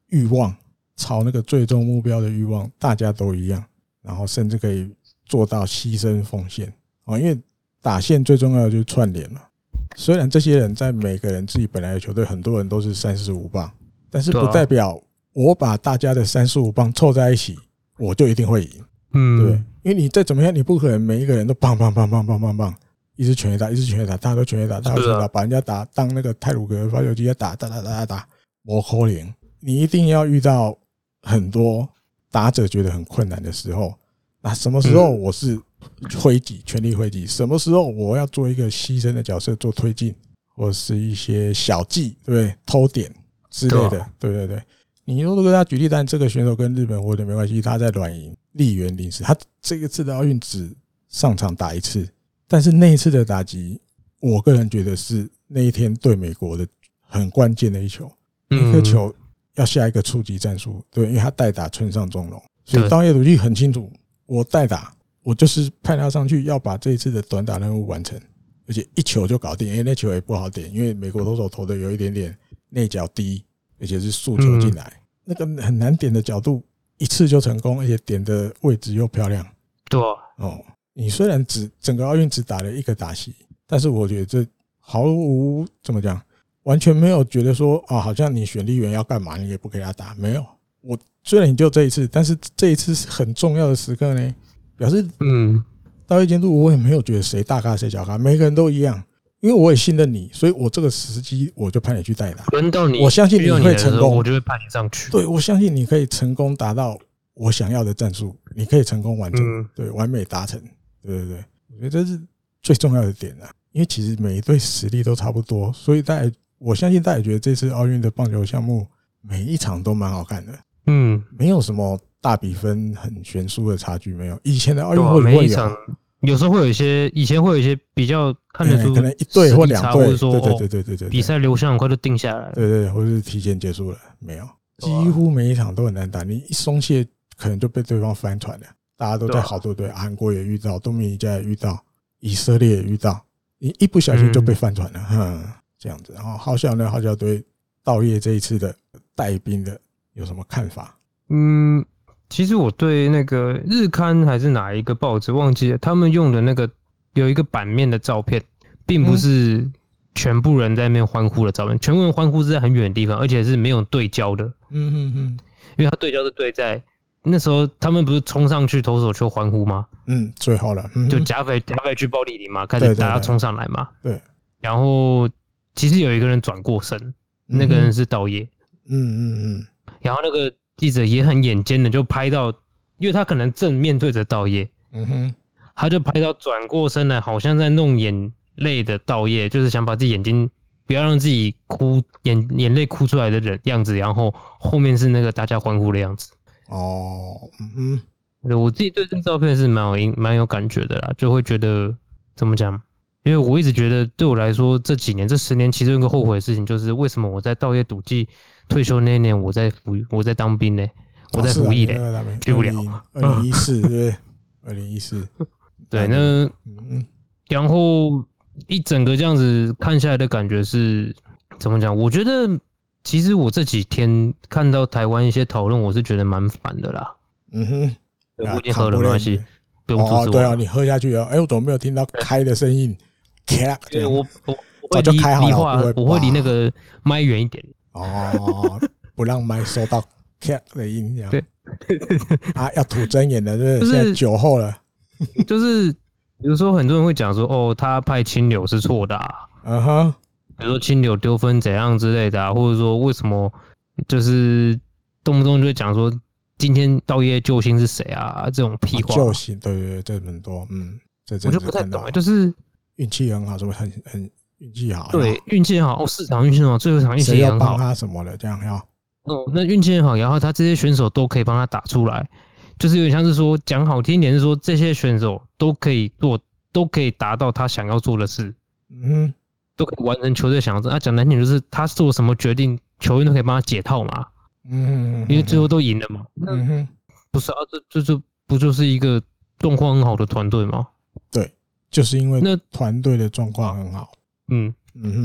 欲望，朝那个最终目标的欲望，大家都一样，然后甚至可以做到牺牲奉献因为打线最重要的就是串联嘛。虽然这些人在每个人自己本来的球队，很多人都是35棒，但是不代表我把大家的35棒凑在一起，我就一定会赢。对，因为你再怎么样，你不可能每一个人都棒，一直全垒打，一直全垒打，大家都全垒打，大家都全垒打，把人家打当那个太鲁阁发球机打，不可能。你一定要遇到很多打者觉得很困难的时候，那什么时候我是挥击，全力挥击，什么时候我要做一个牺牲的角色做推进，或是一些小技，对不对？偷点之类的，对。你如果跟他举例，但这个选手跟日本火腿没关系，他在软银立原临时，他这一次的奥运只上场打一次，但是那一次的打击，我个人觉得是那一天对美国的很关键的一球，那颗球要下一个触击战术，对，因为他代打村上中龙，所以稻叶笃纪很清楚，我代打，我就是派他上去要把这一次的短打任务完成，而且一球就搞定，因为那球也不好点，因为美国投手投的有一点点内角低，而且是速球进来，那个很难点的角度一次就成功，而且点的位置又漂亮。 对你虽然整个奥运只打了一个打席，但是我觉得这毫无怎么讲，完全没有觉得说好像你选立原要干嘛，你也不给他打，没有。我虽然你就这一次，但是这一次是很重要的时刻呢，表示到叶监督我也没有觉得谁大咖谁小咖，每个人都一样。因为我也信任你，所以我这个时机我就派你去代打。轮到你，我相信你会成功， 我就会派你上去。 对，我相信你可以成功达到我想要的战术，你可以成功完成，对，完美达成，对，我觉得这是最重要的点啊。因为其实每一队实力都差不多，所以我相信大家也觉得这次奥运的棒球项目每一场都蛮好看的，没有什么大比分很悬殊的差距，没有。以前的奥运会每一场。有时候会有一些，以前会有一些比较看得出可能一队或两队， 或者说对， 比赛流向很快就定下来， 对，或者是提前结束了，没有，几乎每一场都很难打，你一松懈可能就被对方翻船了。大家都在好多队，韩国也遇到，多米尼加也遇到，以色列也遇到，你一不小心就被翻船了，这样子。然后浩孝对稻叶这一次的带兵的有什么看法？ 其实我对那个日刊还是哪一个报纸忘记了，他们用的那个有一个版面的照片，并不是全部人在那边欢呼的照片，全部人欢呼是在很远的地方，而且是没有对焦的。因为他对焦是对在那时候，他们不是冲上去投手球欢呼吗？ 最后了， 就加菲去暴力林嘛，开始大家冲上来嘛。对。然后其实有一个人转过身，那个人是稻叶。然后那个记者也很眼尖的就拍到，因为他可能正面对着稻叶，他就拍到转过身来，好像在弄眼泪的稻叶，就是想把自己眼睛不要让自己哭眼泪哭出来的样子，然后后面是那个大家欢呼的样子。我自己对这个照片是蛮有感觉的啦，就会觉得怎么讲？因为我一直觉得对我来说，这10年其中一个后悔的事情就是为什么我在稻叶笃纪退休那一年我在当兵呢，我在服役嘞，去不了。 2014对，2014 对，那然后一整个这样子看下来的感觉是怎么讲？我觉得其实我这几天看到台湾一些讨论，我是觉得蛮烦的啦。我已经喝了，没关系，不用阻止我。 对啊，你喝下去啊！我怎么没有听到开的声音？ 对，我会离话，我会离那个麦远一点。 不让麦收到 cat 的音，对要吐真言的，对不对？现在酒后了， 就是比如说很多人会讲说，他派清流是错的比如说清流丢分怎样之类的或者说为什么就是动不动就会讲说今天稻叶救星是谁这种屁话。 救星，对，这很多，这我就不太懂就是运气很好，什么很运气好， 对，运气很好4场运气很好，最后一场运气也很好，谁要帮他什么的这样要。 那运气很好，然后他这些选手都可以帮他打出来，就是有点像是说讲好听一点是说这些选手都可以达到他想要做的事，都可以完成球队想要做。讲难听就是他做什么决定，球员都可以帮他解套嘛，因为最后都赢了嘛。不是这不就是一个状况很好的团队吗？ 对，就是因为那团队的状况很好。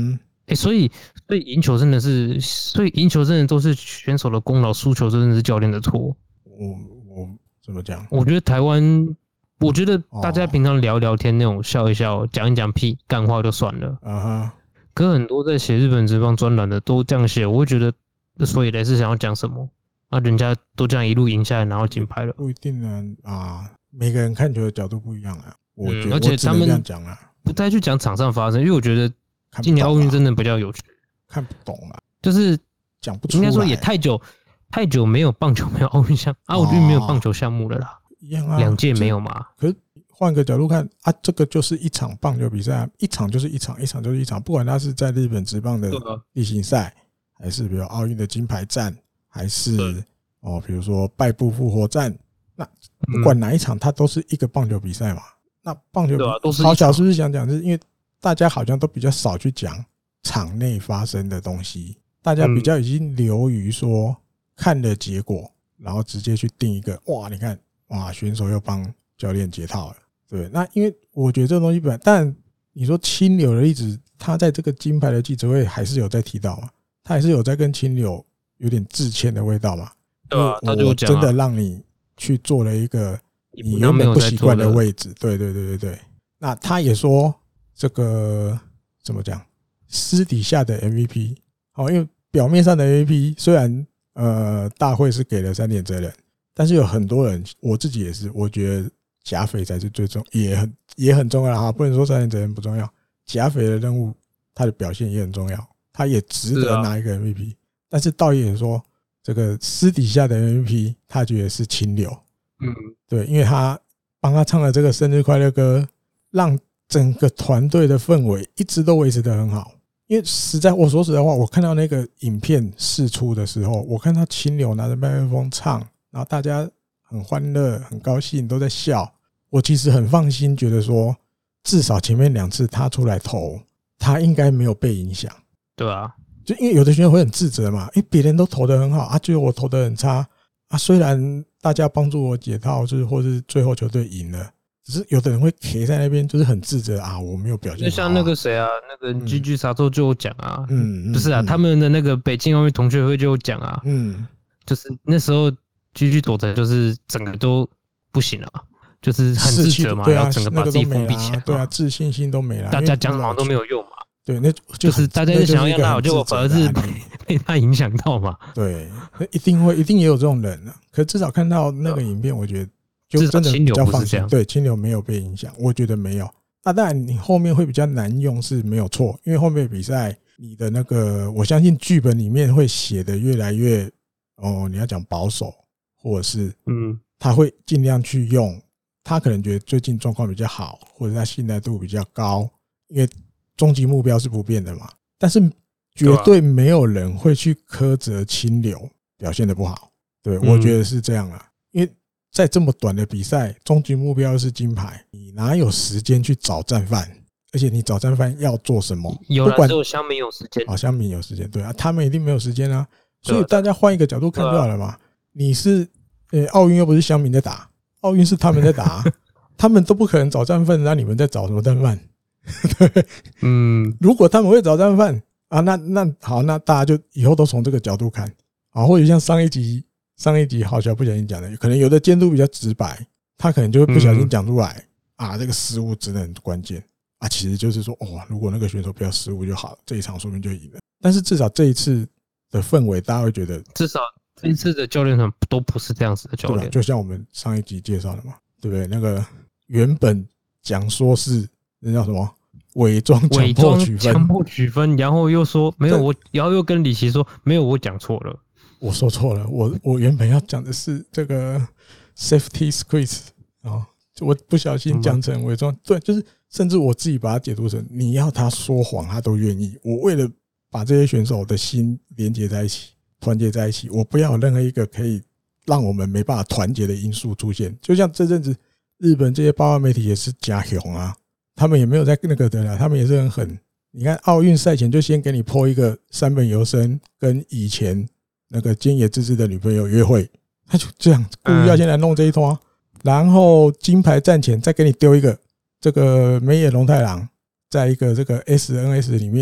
所以赢球真的是，所以赢球真的都是选手的功劳，输球真的是教练的错。 我怎么讲？ 我觉得台湾，我觉得大家平常聊聊天那种笑一笑、讲一讲屁干话就算了。可很多在写日本职棒专栏的都这样写，我会觉得，所以嘞是想要讲什么？人家都这样一路赢下来，拿到金牌了。 不一定啊，每个人看球的角度不一样啊。我觉得， 而且他们这样讲啊， 不再去讲场上发生，因为我觉得今年奥运真的比较有趣。 看不懂啊， 就是讲不出来。 应该说也太久没有棒球没有奥运没有棒球项目了啦。 一样啊 ，2届没有嘛。 可是换个角度看啊，这个就是一场棒球比赛啊，一场就是一场，一场就是一场，不管它是在日本职棒的例行赛，还是比如奥运的金牌战，还是比如说败部复活战，那不管哪一场，它都是一个棒球比赛嘛。那棒球好小是不是想讲，是因为大家好像都比较少去讲场内发生的东西，大家比较已经流于说看了结果，然后直接去定一个哇，你看哇，选手又帮教练解套了。对，那因为我觉得这个东西但你说清流的例子，他在这个金牌的记者会还是有在提到嘛，他还是有在跟清流有点致歉的味道嘛。 对啊，他就真的让你去做了一个你原本不习惯的位置。对。那他也说这个怎么讲，私底下的 MVP， 因为表面上的 MVP 虽然大会是给了3点责任，但是有很多人，我自己也是，我觉得假匪才是最重，也很重要不能说3点责任不重要，假匪的任务他的表现也很重要，他也值得拿一个 MVP。但是道爷也说，这个私底下的 MVP 他觉得是清流。对，因为他帮他唱了这个生日快乐歌，让整个团队的氛围一直都维持得很好。因为我说实在话，我看到那个影片释出的时候，我看到清流拿着麦克风唱，然后大家很欢乐很高兴都在笑，我其实很放心，觉得说至少前面2次他出来投，他应该没有被影响。 对啊， 就因为有的选手会很自责嘛，因为别人都投得很好就我投得很差虽然大家帮助我解套，就是或是最后球队赢了，只是有的人会卡在那边，就是很自责我没有表现好。 就像那个谁那个 GG 沙洲就有讲不是他们的那个北京奥运同学会就有讲就是那时候 GG 躲着，就是整个都不行了，就是很自责嘛，然后整个把自己封闭起来， 对自信心都没了， 大家讲什么都没有用嘛。 对，那就是大家就想要让他好，结果反而是被他影响到嘛。 对，一定也有这种人可至少看到那个影片，我觉得就真的比较放心。对，清流没有被影响，我觉得没有。当然你后面会比较难用是没有错，因为后面比赛你的那个，我相信剧本里面会写的越来越你要讲保守，或者是他会尽量去用他可能觉得最近状况比较好，或者他信赖度比较高，因为终极目标是不变的嘛，但是绝对没有人会去苛责清流表现得不好。对，我觉得是这样因为在这么短的比赛，终极目标是金牌，你哪有时间去找战犯？而且你找战犯要做什么？ 有啦，只有乡民有时间。 乡民有时间，对他们一定没有时间所以大家换一个角度看就好了嘛。你是奥运又不是乡民在打，奥运是他们在打他们都不可能找战犯，那你们在找什么战犯？对，如果他们会找战犯那好，那大家就以后都从这个角度看或者像上一集好小不小心讲的，可能有的监督比较直白，他可能就会不小心讲出来这个失误真的很关键其实就是说如果那个选手不要失误就好了，这一场说不定就赢了。但是至少这一次的氛围，大家会觉得至少这一次的教练团都不是这样子的教练， 就像我们上一集介绍的嘛，对不对？那个原本讲说是那叫什么伪装强迫取分，然后又说没有然后又跟李琦说没有，我讲错了，我说错了，我原本要讲的是这个 safety squeeze 我不小心讲成伪装，对，就是甚至我自己把它解读成你要他说谎他都愿意，我为了把这些选手的心连接在一起，团结在一起，我不要有任何一个可以让我们没办法团结的因素出现。就像这阵子日本这些报道媒体也是假熊他们也没有在那个的啦，他们也是很狠。你看奥运赛前就先给你 po 一个山本由伸跟以前那个菅野智之的女朋友约会，他就这样故意要先来弄这一通然后金牌战前再给你丢一个这个梅野龙太郎在一个这个 SNS 里面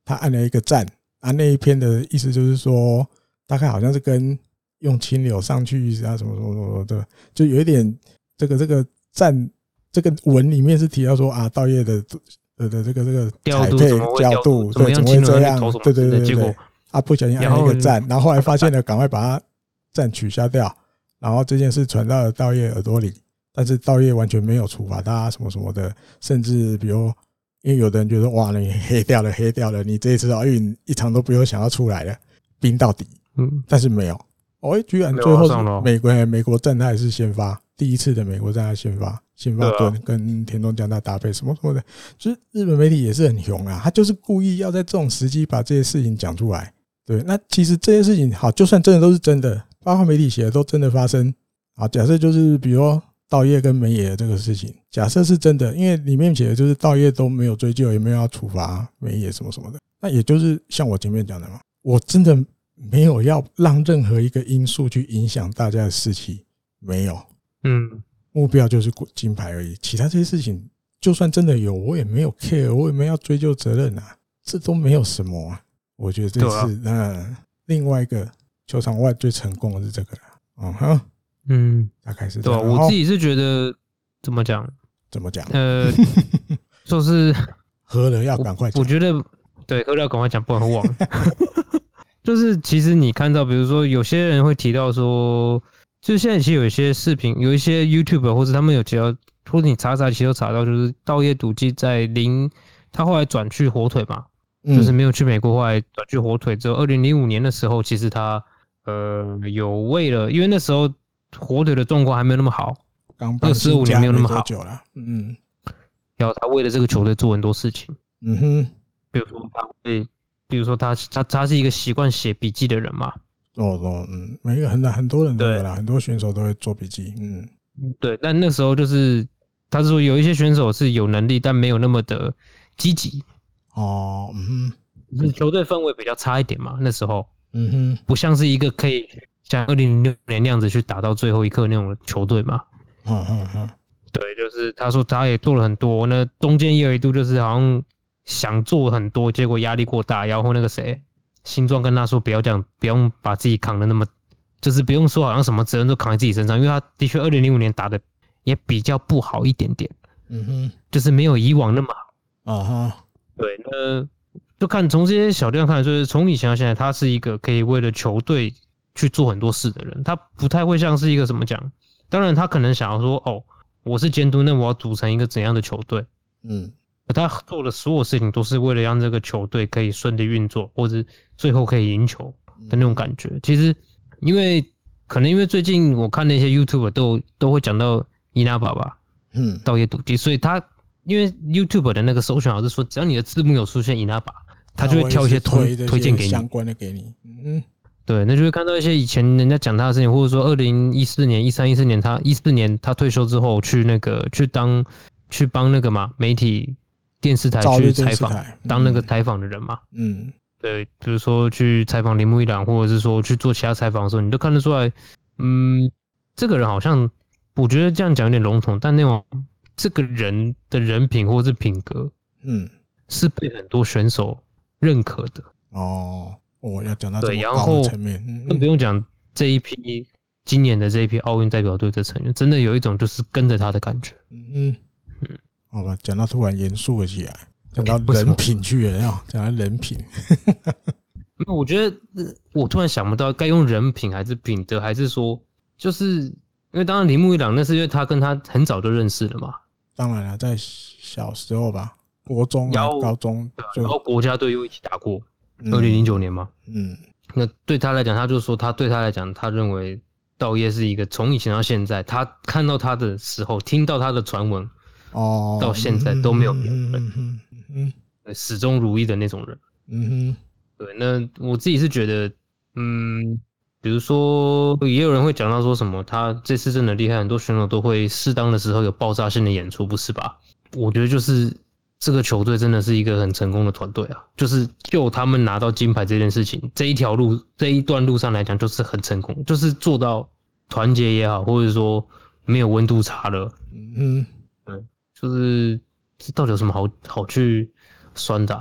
他按了一个赞啊，那一篇的意思就是说，大概好像是跟用清流上去啊什么什么什么的，就有一点这个赞这个文里面是提到说啊，稻叶的这个采配调度，对，怎么会这样？对，啊，不小心按了一个赞，然后后来发现了，赶快把它赞取消掉，然后这件事传到了稻叶耳朵里，但是稻叶完全没有处罚他什么什么的，甚至比如因为有的人觉得哇，你黑掉了，你这一次奥运一场都不用想要出来了，冰到底，但是没有，居然最后是美国站他还是先发，第一次的美国站他先发盾跟田中将大搭配什么什么的，就是日本媒体也是很凶啊，他就是故意要在这种时机把这些事情讲出来。对，那其实这些事情好，就算真的都是真的，包括媒体写的都真的发生。好，假设就是比如说稻叶跟美野的这个事情，假设是真的，因为里面写的就是稻叶都没有追究，也没有要处罚美野什么什么的，那也就是像我前面讲的嘛，我真的没有要让任何一个因素去影响大家的士气，没有，目标就是金牌而已，其他这些事情就算真的有，我也没有 care， 我也没有要追究责任啊，这都没有什么啊。我觉得这次另外一个球场外最成功的是这个了，大概是这样。 对，我自己是觉得怎么讲，就是喝了要赶快讲。 我觉得对，喝了要赶快讲，不然会忘。就是其实你看到，比如说有些人会提到说，就现在其实有一些视频，有一些 YouTube 或者他们有提到，或者你查其实都查到，就是稻叶笃纪在他后来转去火腿嘛。就是没有去美国，后来转去火腿之后，2005年的时候，其实他有为了，因为那时候火腿的状况还没有那么好， 刚 15年没有那么好， 然后他为了这个球队做很多事情，比如说他是一个习惯写笔记的人嘛， 每个很多人都有啦，很多选手都会做笔记， 对，但那时候就是他是说有一些选手是有能力，但没有那么的积极。就是球队氛围比较差一点嘛，那时候，不像是一个可以像2006年那样子去打到最后一刻那种球队嘛，对，就是他说他也做了很多，那中间也有一度就是好像想做很多，结果压力过大，然后那个谁，新庄跟他说不要这样，不用把自己扛得那么，就是不用说好像什么责任都扛在自己身上，因为他的确2005年打的也比较不好一点点，就是没有以往那么好，对，那就看从这些小地方看，就是从以前到现在，他是一个可以为了球队去做很多事的人，他不太会像是一个怎么讲？当然，他可能想要说，我是监督，那我要组成一个怎样的球队？他做的所有事情都是为了让这个球队可以顺利运作，或者最后可以赢球的那种感觉。其实，因为最近我看那些 YouTuber 都会讲到伊纳爸爸，稻叶笃纪，所以他。因为 YouTube 的那个搜寻好是说，只要你的字幕有出现伊纳巴，他就会挑一些推荐给你， 相关的给你。 对，那就会看到一些以前人家讲他的事情，或者说2014年、13、14年他14年他退休之后去帮那个嘛媒体电视台去采访，当那个采访的人嘛。对，比如说去采访铃木一朗，或者是说去做其他采访的时候，你都看得出来，这个人好像我觉得这样讲有点笼统，但那种。这个人的人品或是品格，是被很多选手认可的。 要讲到这么高的层面， 更不用讲今年的这一批奥运代表队的成员，真的有一种就是跟着他的感觉。 好吧，讲到突然严肃了起来，讲到人品去了，讲到人品。 我觉得我突然想不到该用人品还是品德，还是说就是因为当然铃木一朗那是因为他跟他很早就认识了嘛。 当然了，在小时候吧，国中、高中， 然后国家队又一起打过，2009年嘛。那对他来讲，他就说对他来讲，他认为稻叶是一个从以前到现在，他看到他的时候，听到他的传闻，到现在都没有变人，始终如一的那种人。对，那我自己是觉得，比如说，也有人会讲到说什么，他这次真的厉害，很多选手都会适当的时候有爆炸性的演出，不是吧？我觉得就是这个球队真的是一个很成功的团队啊，就他们拿到金牌这件事情，这一段路上来讲，就是很成功，就是做到团结也好，或者说没有温度差了。对，就是这到底有什么好去酸的？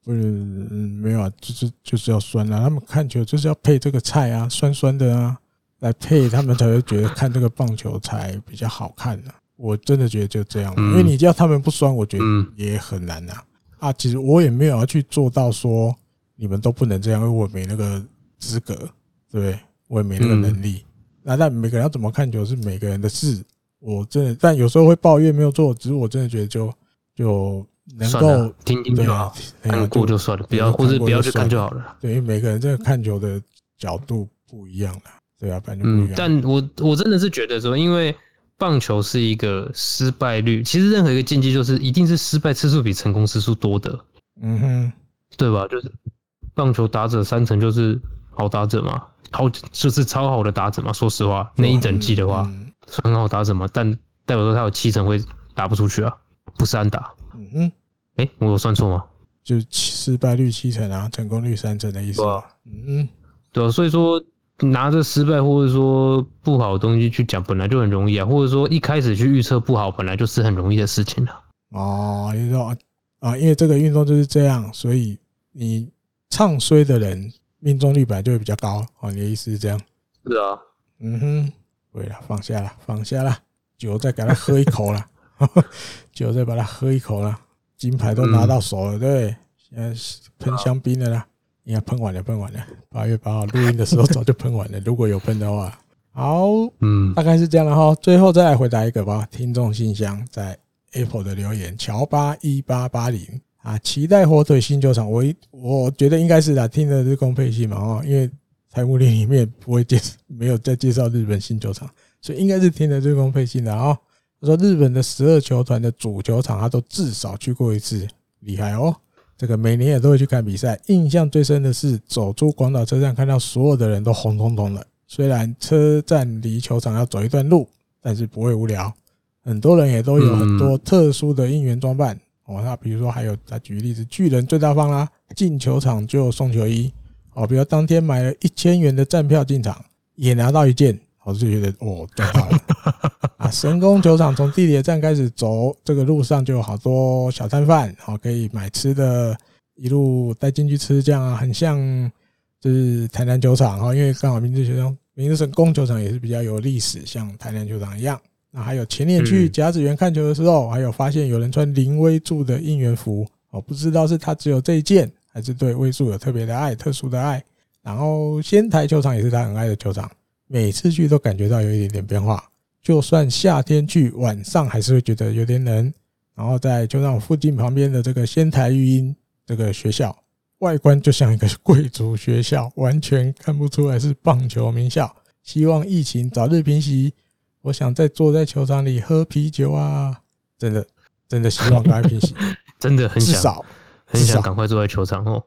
没有啊，就是要酸啊。他们看球就是要配这个菜啊，酸酸的啊，来配他们才会觉得看这个棒球才比较好看啊。我真的觉得就这样，因为你叫他们不酸，我觉得也很难啊。其实我也没有要去做到说你们都不能这样，因为我没那个资格，对不对？我也没那个能力。但每个人要怎么看球是每个人的事。我真的，但有时候会抱怨没有做，只是我真的觉得就能够听听就好，看过就算了，或者不要去看就好了。 对，因为每个人这个看球的角度不一样啦，对啊，反正不一样。 但我真的是觉得说，因为棒球是一个失败率，其实任何一个竞技就是一定是失败次数比成功次数多的，对吧？就是棒球打者30%就是好打者嘛，就是超好的打者嘛。说实话，那一整季的话，是很好打者嘛，但代表说他有70%会打不出去啊，不是安打。我有算错吗？ 就失败率7%啊，成功率3%的意思。 对啊，所以说拿着失败或者说不好的东西去讲，本来就很容易啊，或者说一开始去预测不好，本来就是很容易的事情啊。 你说因为这个运动就是这样，所以你唱衰的人命中率本来就会比较高。你的意思是这样？ 是啊。 对了，放下了，酒再给他喝一口了。酒再把它喝一口了，金牌都拿到手了，对不对？现在喷香槟了啦，应该喷完了。8月8号录音的时候早就喷完了，如果有喷的话。好，大概是这样了哈。最后再来回答一个吧，听众信箱在 Apple 的留言，乔巴1880期待火腿新球场，我觉得应该是啦，听的日工配信嘛，因为台目里面不会没有在介绍日本新球场，所以应该是听的日工配信的啊。他说日本的12球团的主球场他都至少去过一次，厉害哦。这个每年也都会去看比赛，印象最深的是走出广岛车站看到所有的人都红彤彤的，虽然车站离球场要走一段路，但是不会无聊，很多人也都有很多特殊的应援装扮。那比如说还有他举例子，巨人最大方啦，进球场就送球衣，比如当天买了1000元的站票进场也拿到一件，我就觉得赚到了。神宫球场从地铁站开始走，这个路上就有好多小摊贩，可以买吃的，一路带进去吃，这样很像就是台南球场，因为刚好明治神宫球场也是比较有历史，像台南球场一样。那还有前年去甲子园看球的时候，还有发现有人穿林威助的应援服，不知道是他只有这一件，还是对威助有特别的爱，特殊的爱。然后仙台球场也是他很爱的球场，每次去都感觉到有一点点变化，就算夏天去，晚上还是会觉得有点冷。然后在球场附近旁边的这个仙台育英这个学校，外观就像一个贵族学校，完全看不出来是棒球名校。希望疫情早日平息，我想再坐在球场里喝啤酒啊！真的希望赶快平息， 真的很想赶快坐在球场哦。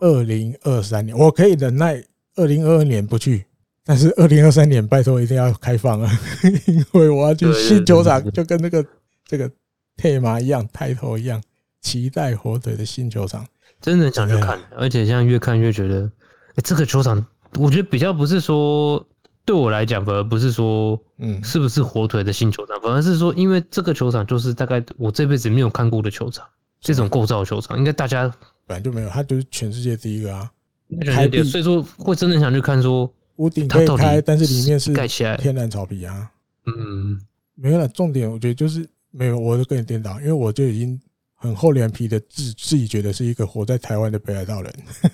2023年我可以忍耐，2022年不去。但是2023年拜托一定要开放啊，因为我要去新球场，就跟这个tema一样，title一样，期待火腿的新球场， 真的想去看，而且现在越看越觉得，这个球场我觉得比较不是说对我来讲，反而不是说是不是火腿的新球场，反而是说因为这个球场就是大概我这辈子没有看过的球场，这种构造的球场，应该大家本来就没有，它就是全世界第一个啊， 所以说会真的想去看说。 屋顶可以开，但是里面是盖起来天然草皮啊。没有了。重点我觉得就是没有，我都跟你颠倒，因为我就已经很厚脸皮的自己觉得是一个活在台湾的北海道人，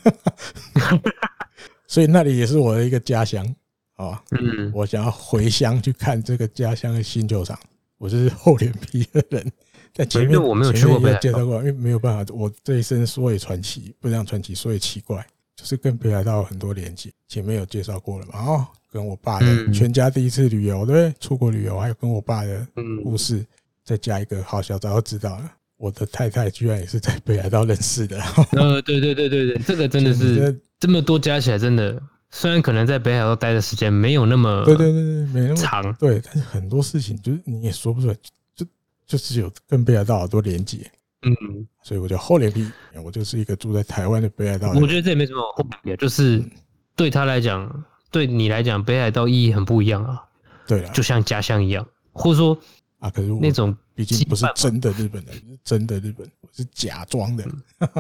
所以那里也是我的一个家乡啊。我想要回乡去看这个家乡的新球场，我就是厚脸皮的人。在前面我没有去过北海道， 因为没有办法，我这一生说也传奇，不让传奇说也奇怪。就是跟北海道有很多连接，前面有介绍过了嘛，跟我爸的全家第一次旅游，对不对？出国旅游，还有跟我爸的故事，再加一个，好，小早就知道了。我的太太居然也是在北海道认识的。 对，这个真的是这么多加起来，真的虽然可能在北海道待的时间没有那么对，没那么长， 对，但是很多事情就是你也说不出来，就是有跟北海道好多连接。所以我就厚脸皮，我就是一个住在台湾的北海道人。 我觉得这也没什么厚脸皮，就是对他来讲，对你来讲，北海道意义很不一样啊。 对啊， 就像家乡一样，或者说可是我那种毕竟不是真的日本人，是真的日本，我是假装的。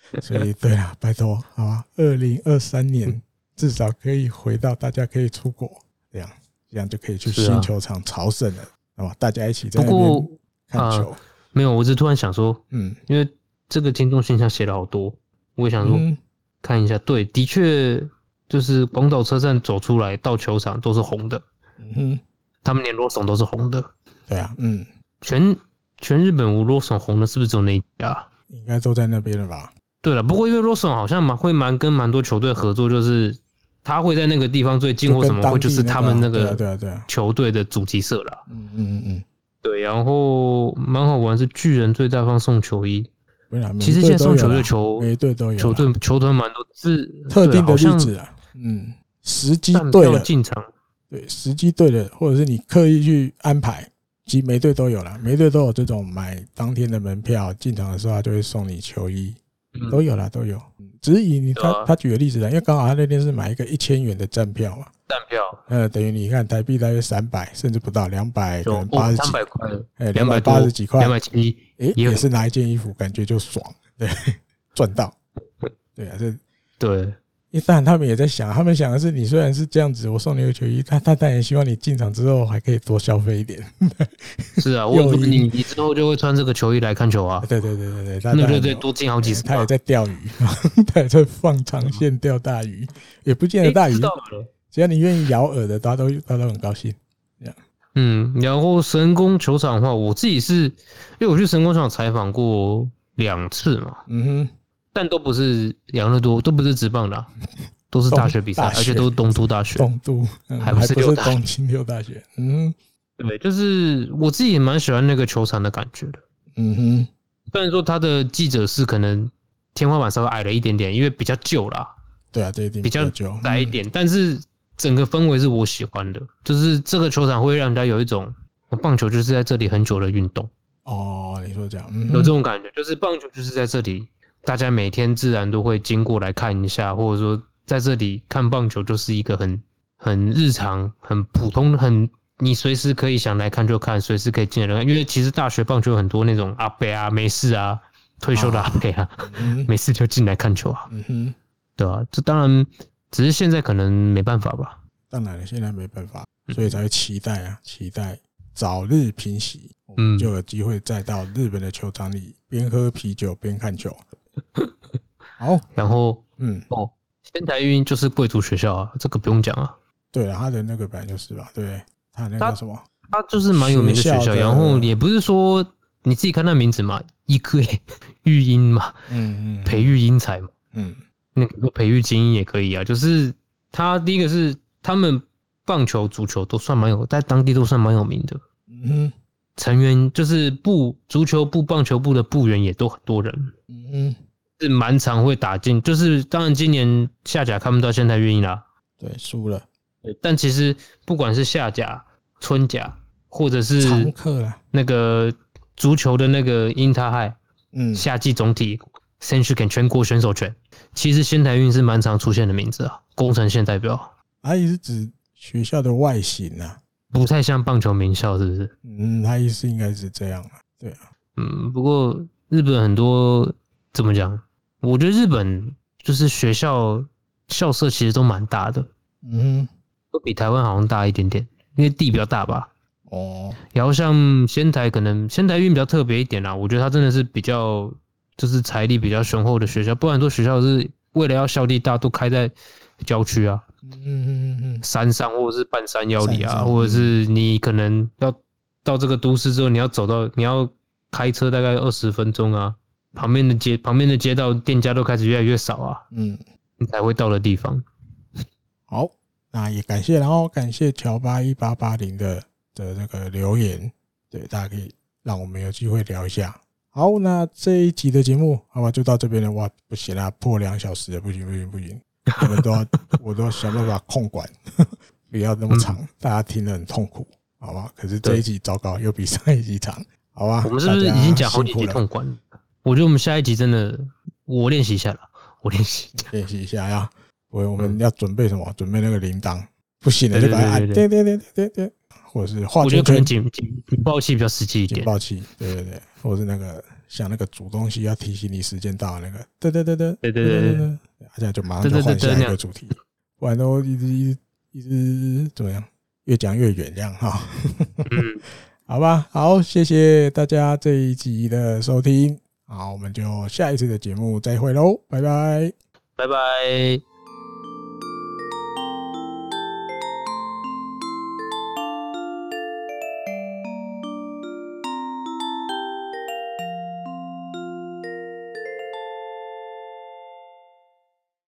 所以对啦，拜托，好吧，2023年至少可以回到大家可以出国，这样就可以去新球场朝圣了，好吧？大家一起在那边看球。 没有，我只突然想说，因为这个听众信箱写了好多，我也想说看一下。对，的确就是广岛车站走出来到球场都是红的，他们连罗松都是红的。 对啊， 全日本无罗松红的，是不是只有那一家？ 应该都在那边了吧？ 对了，不过因为罗松好像会跟蛮多球队合作，就是他会在那个地方最近或什么会就是他们那个球队的主集社啦。对，然后蛮好玩是巨人最大方送球衣。其实现在送球的每队都有， 球团蛮多，是特定的日子啊。时机对了进场， 对，时机对了，或者是你刻意去安排。其实每队都有啦，每队都有这种买当天的门票进场的时候，他就会送你球衣，都有啦，都有。只是以他举个例子啦，因为刚好他那天是买一个1000元的站票嘛， 站票， 等于你看台币大约300，甚至不到200，可能80几 ，300块 ，280几块 ，270， 也是拿一件衣服，感觉就爽，对，赚到，对啊， 对。 当然他们也在想，他们想的是你虽然是这样子，我送你个球衣，他当然希望你进场之后还可以多消费一点。 是啊，你之后就会穿这个球衣来看球啊。 对， 那就多进好几次。 他也在钓鱼，他也在放长线钓大鱼，也不见得大鱼，只要你愿意咬饵的，大家都很高兴。 然后神宫球场的话，我自己是因为我去神宫球场采访过2次嘛。但都不是养乐多，都不是职棒的，都是大学比赛，而且都是东都大学，还不是东京六大学。 对，就是我自己也蛮喜欢那个球场的感觉的。虽然说他的记者室可能天花板稍微矮了一点点，因为比较旧啦。 对啊，对， 比较窄一点，但是整个氛围是我喜欢的，就是这个球场会让人家有一种棒球就是在这里很久的运动。 你说这样， 有这种感觉，就是棒球就是在这里。大家每天自然都会经过来看一下，或者说在这里看棒球就是一个很日常、很普通、你随时可以想来看就看，随时可以进来看。因为其实大学棒球有很多那种阿伯啊、没事啊、退休的阿伯啊，没事就进来看球啊。对啊，这当然只是现在可能没办法吧。 当然了，现在没办法，所以才会期待早日平息，我们就有机会再到日本的球场里边喝啤酒边看球。好， 然后仙台育英就是贵族学校啊，这个不用讲啊。 对啊，他的那个本来就是吧，对，他那个什么， 他就是蛮有名的学校，然后也不是说你自己看那名字嘛，一颗育英嘛，培育英才嘛，那个培育精英也可以啊。就是他第一个是他们棒球、足球都算蛮有，在当地都算蛮有名的。成员就是足球部、棒球部的部员也都很多人，是蛮常会打进。就是当然今年下甲看不到仙台育英啦， 对，输了。 但其实不管是下甲、春甲，或者是常客啦， 那个足球的那个英他害，夏季总体选手权、全国选手权，其实仙台育英是蛮常出现的名字啊，宫城县代表。 他也是指学校的外形啊。 不太像棒球名校，是不是？ 他意思应该是这样啊，对啊。 不过日本很多怎么讲？我觉得日本就是学校校舍其实都蛮大的，都比台湾好像大一点点，因为地比较大吧。然后像仙台，可能仙台育英比较特别一点啦，我觉得它真的是比较就是财力比较雄厚的学校，不然很多学校是为了要校地大，都开在郊区啊。山上或者是半山腰里啊，或者是你可能要到这个都市之后，你要开车大概20分钟啊，旁边的街道店家都开始越来越少啊，你才会到的地方。 好，那也感谢，然后感谢乔81880的那个留言，对，大家可以让我们有机会聊一下。好，那这一集的节目好吧，就到这边了。哇，不行啦，破2小时了，不行。我都要想办法控管，不要那么长，大家听得很痛苦，好吧？可是这一集糟糕，又比上一集长，好吧？ 我们是不是已经讲好几集控管了？我觉得我们下一集真的，我练习一下了， 练习一下呀。我们要准备什么？准备那个铃铛，不行了就把它按，对，或者是画圈圈。 我觉得可能警报器比较实际一点。 警报器，对，或者是那个像那个煮东西要提醒你时间到那个，对，这样就马上就换下一个主题，不然都一直怎么样，越讲越远这样哈。好吧，好，谢谢大家这一集的收听，好，我们就下一次的节目再会喽，拜拜， 拜拜。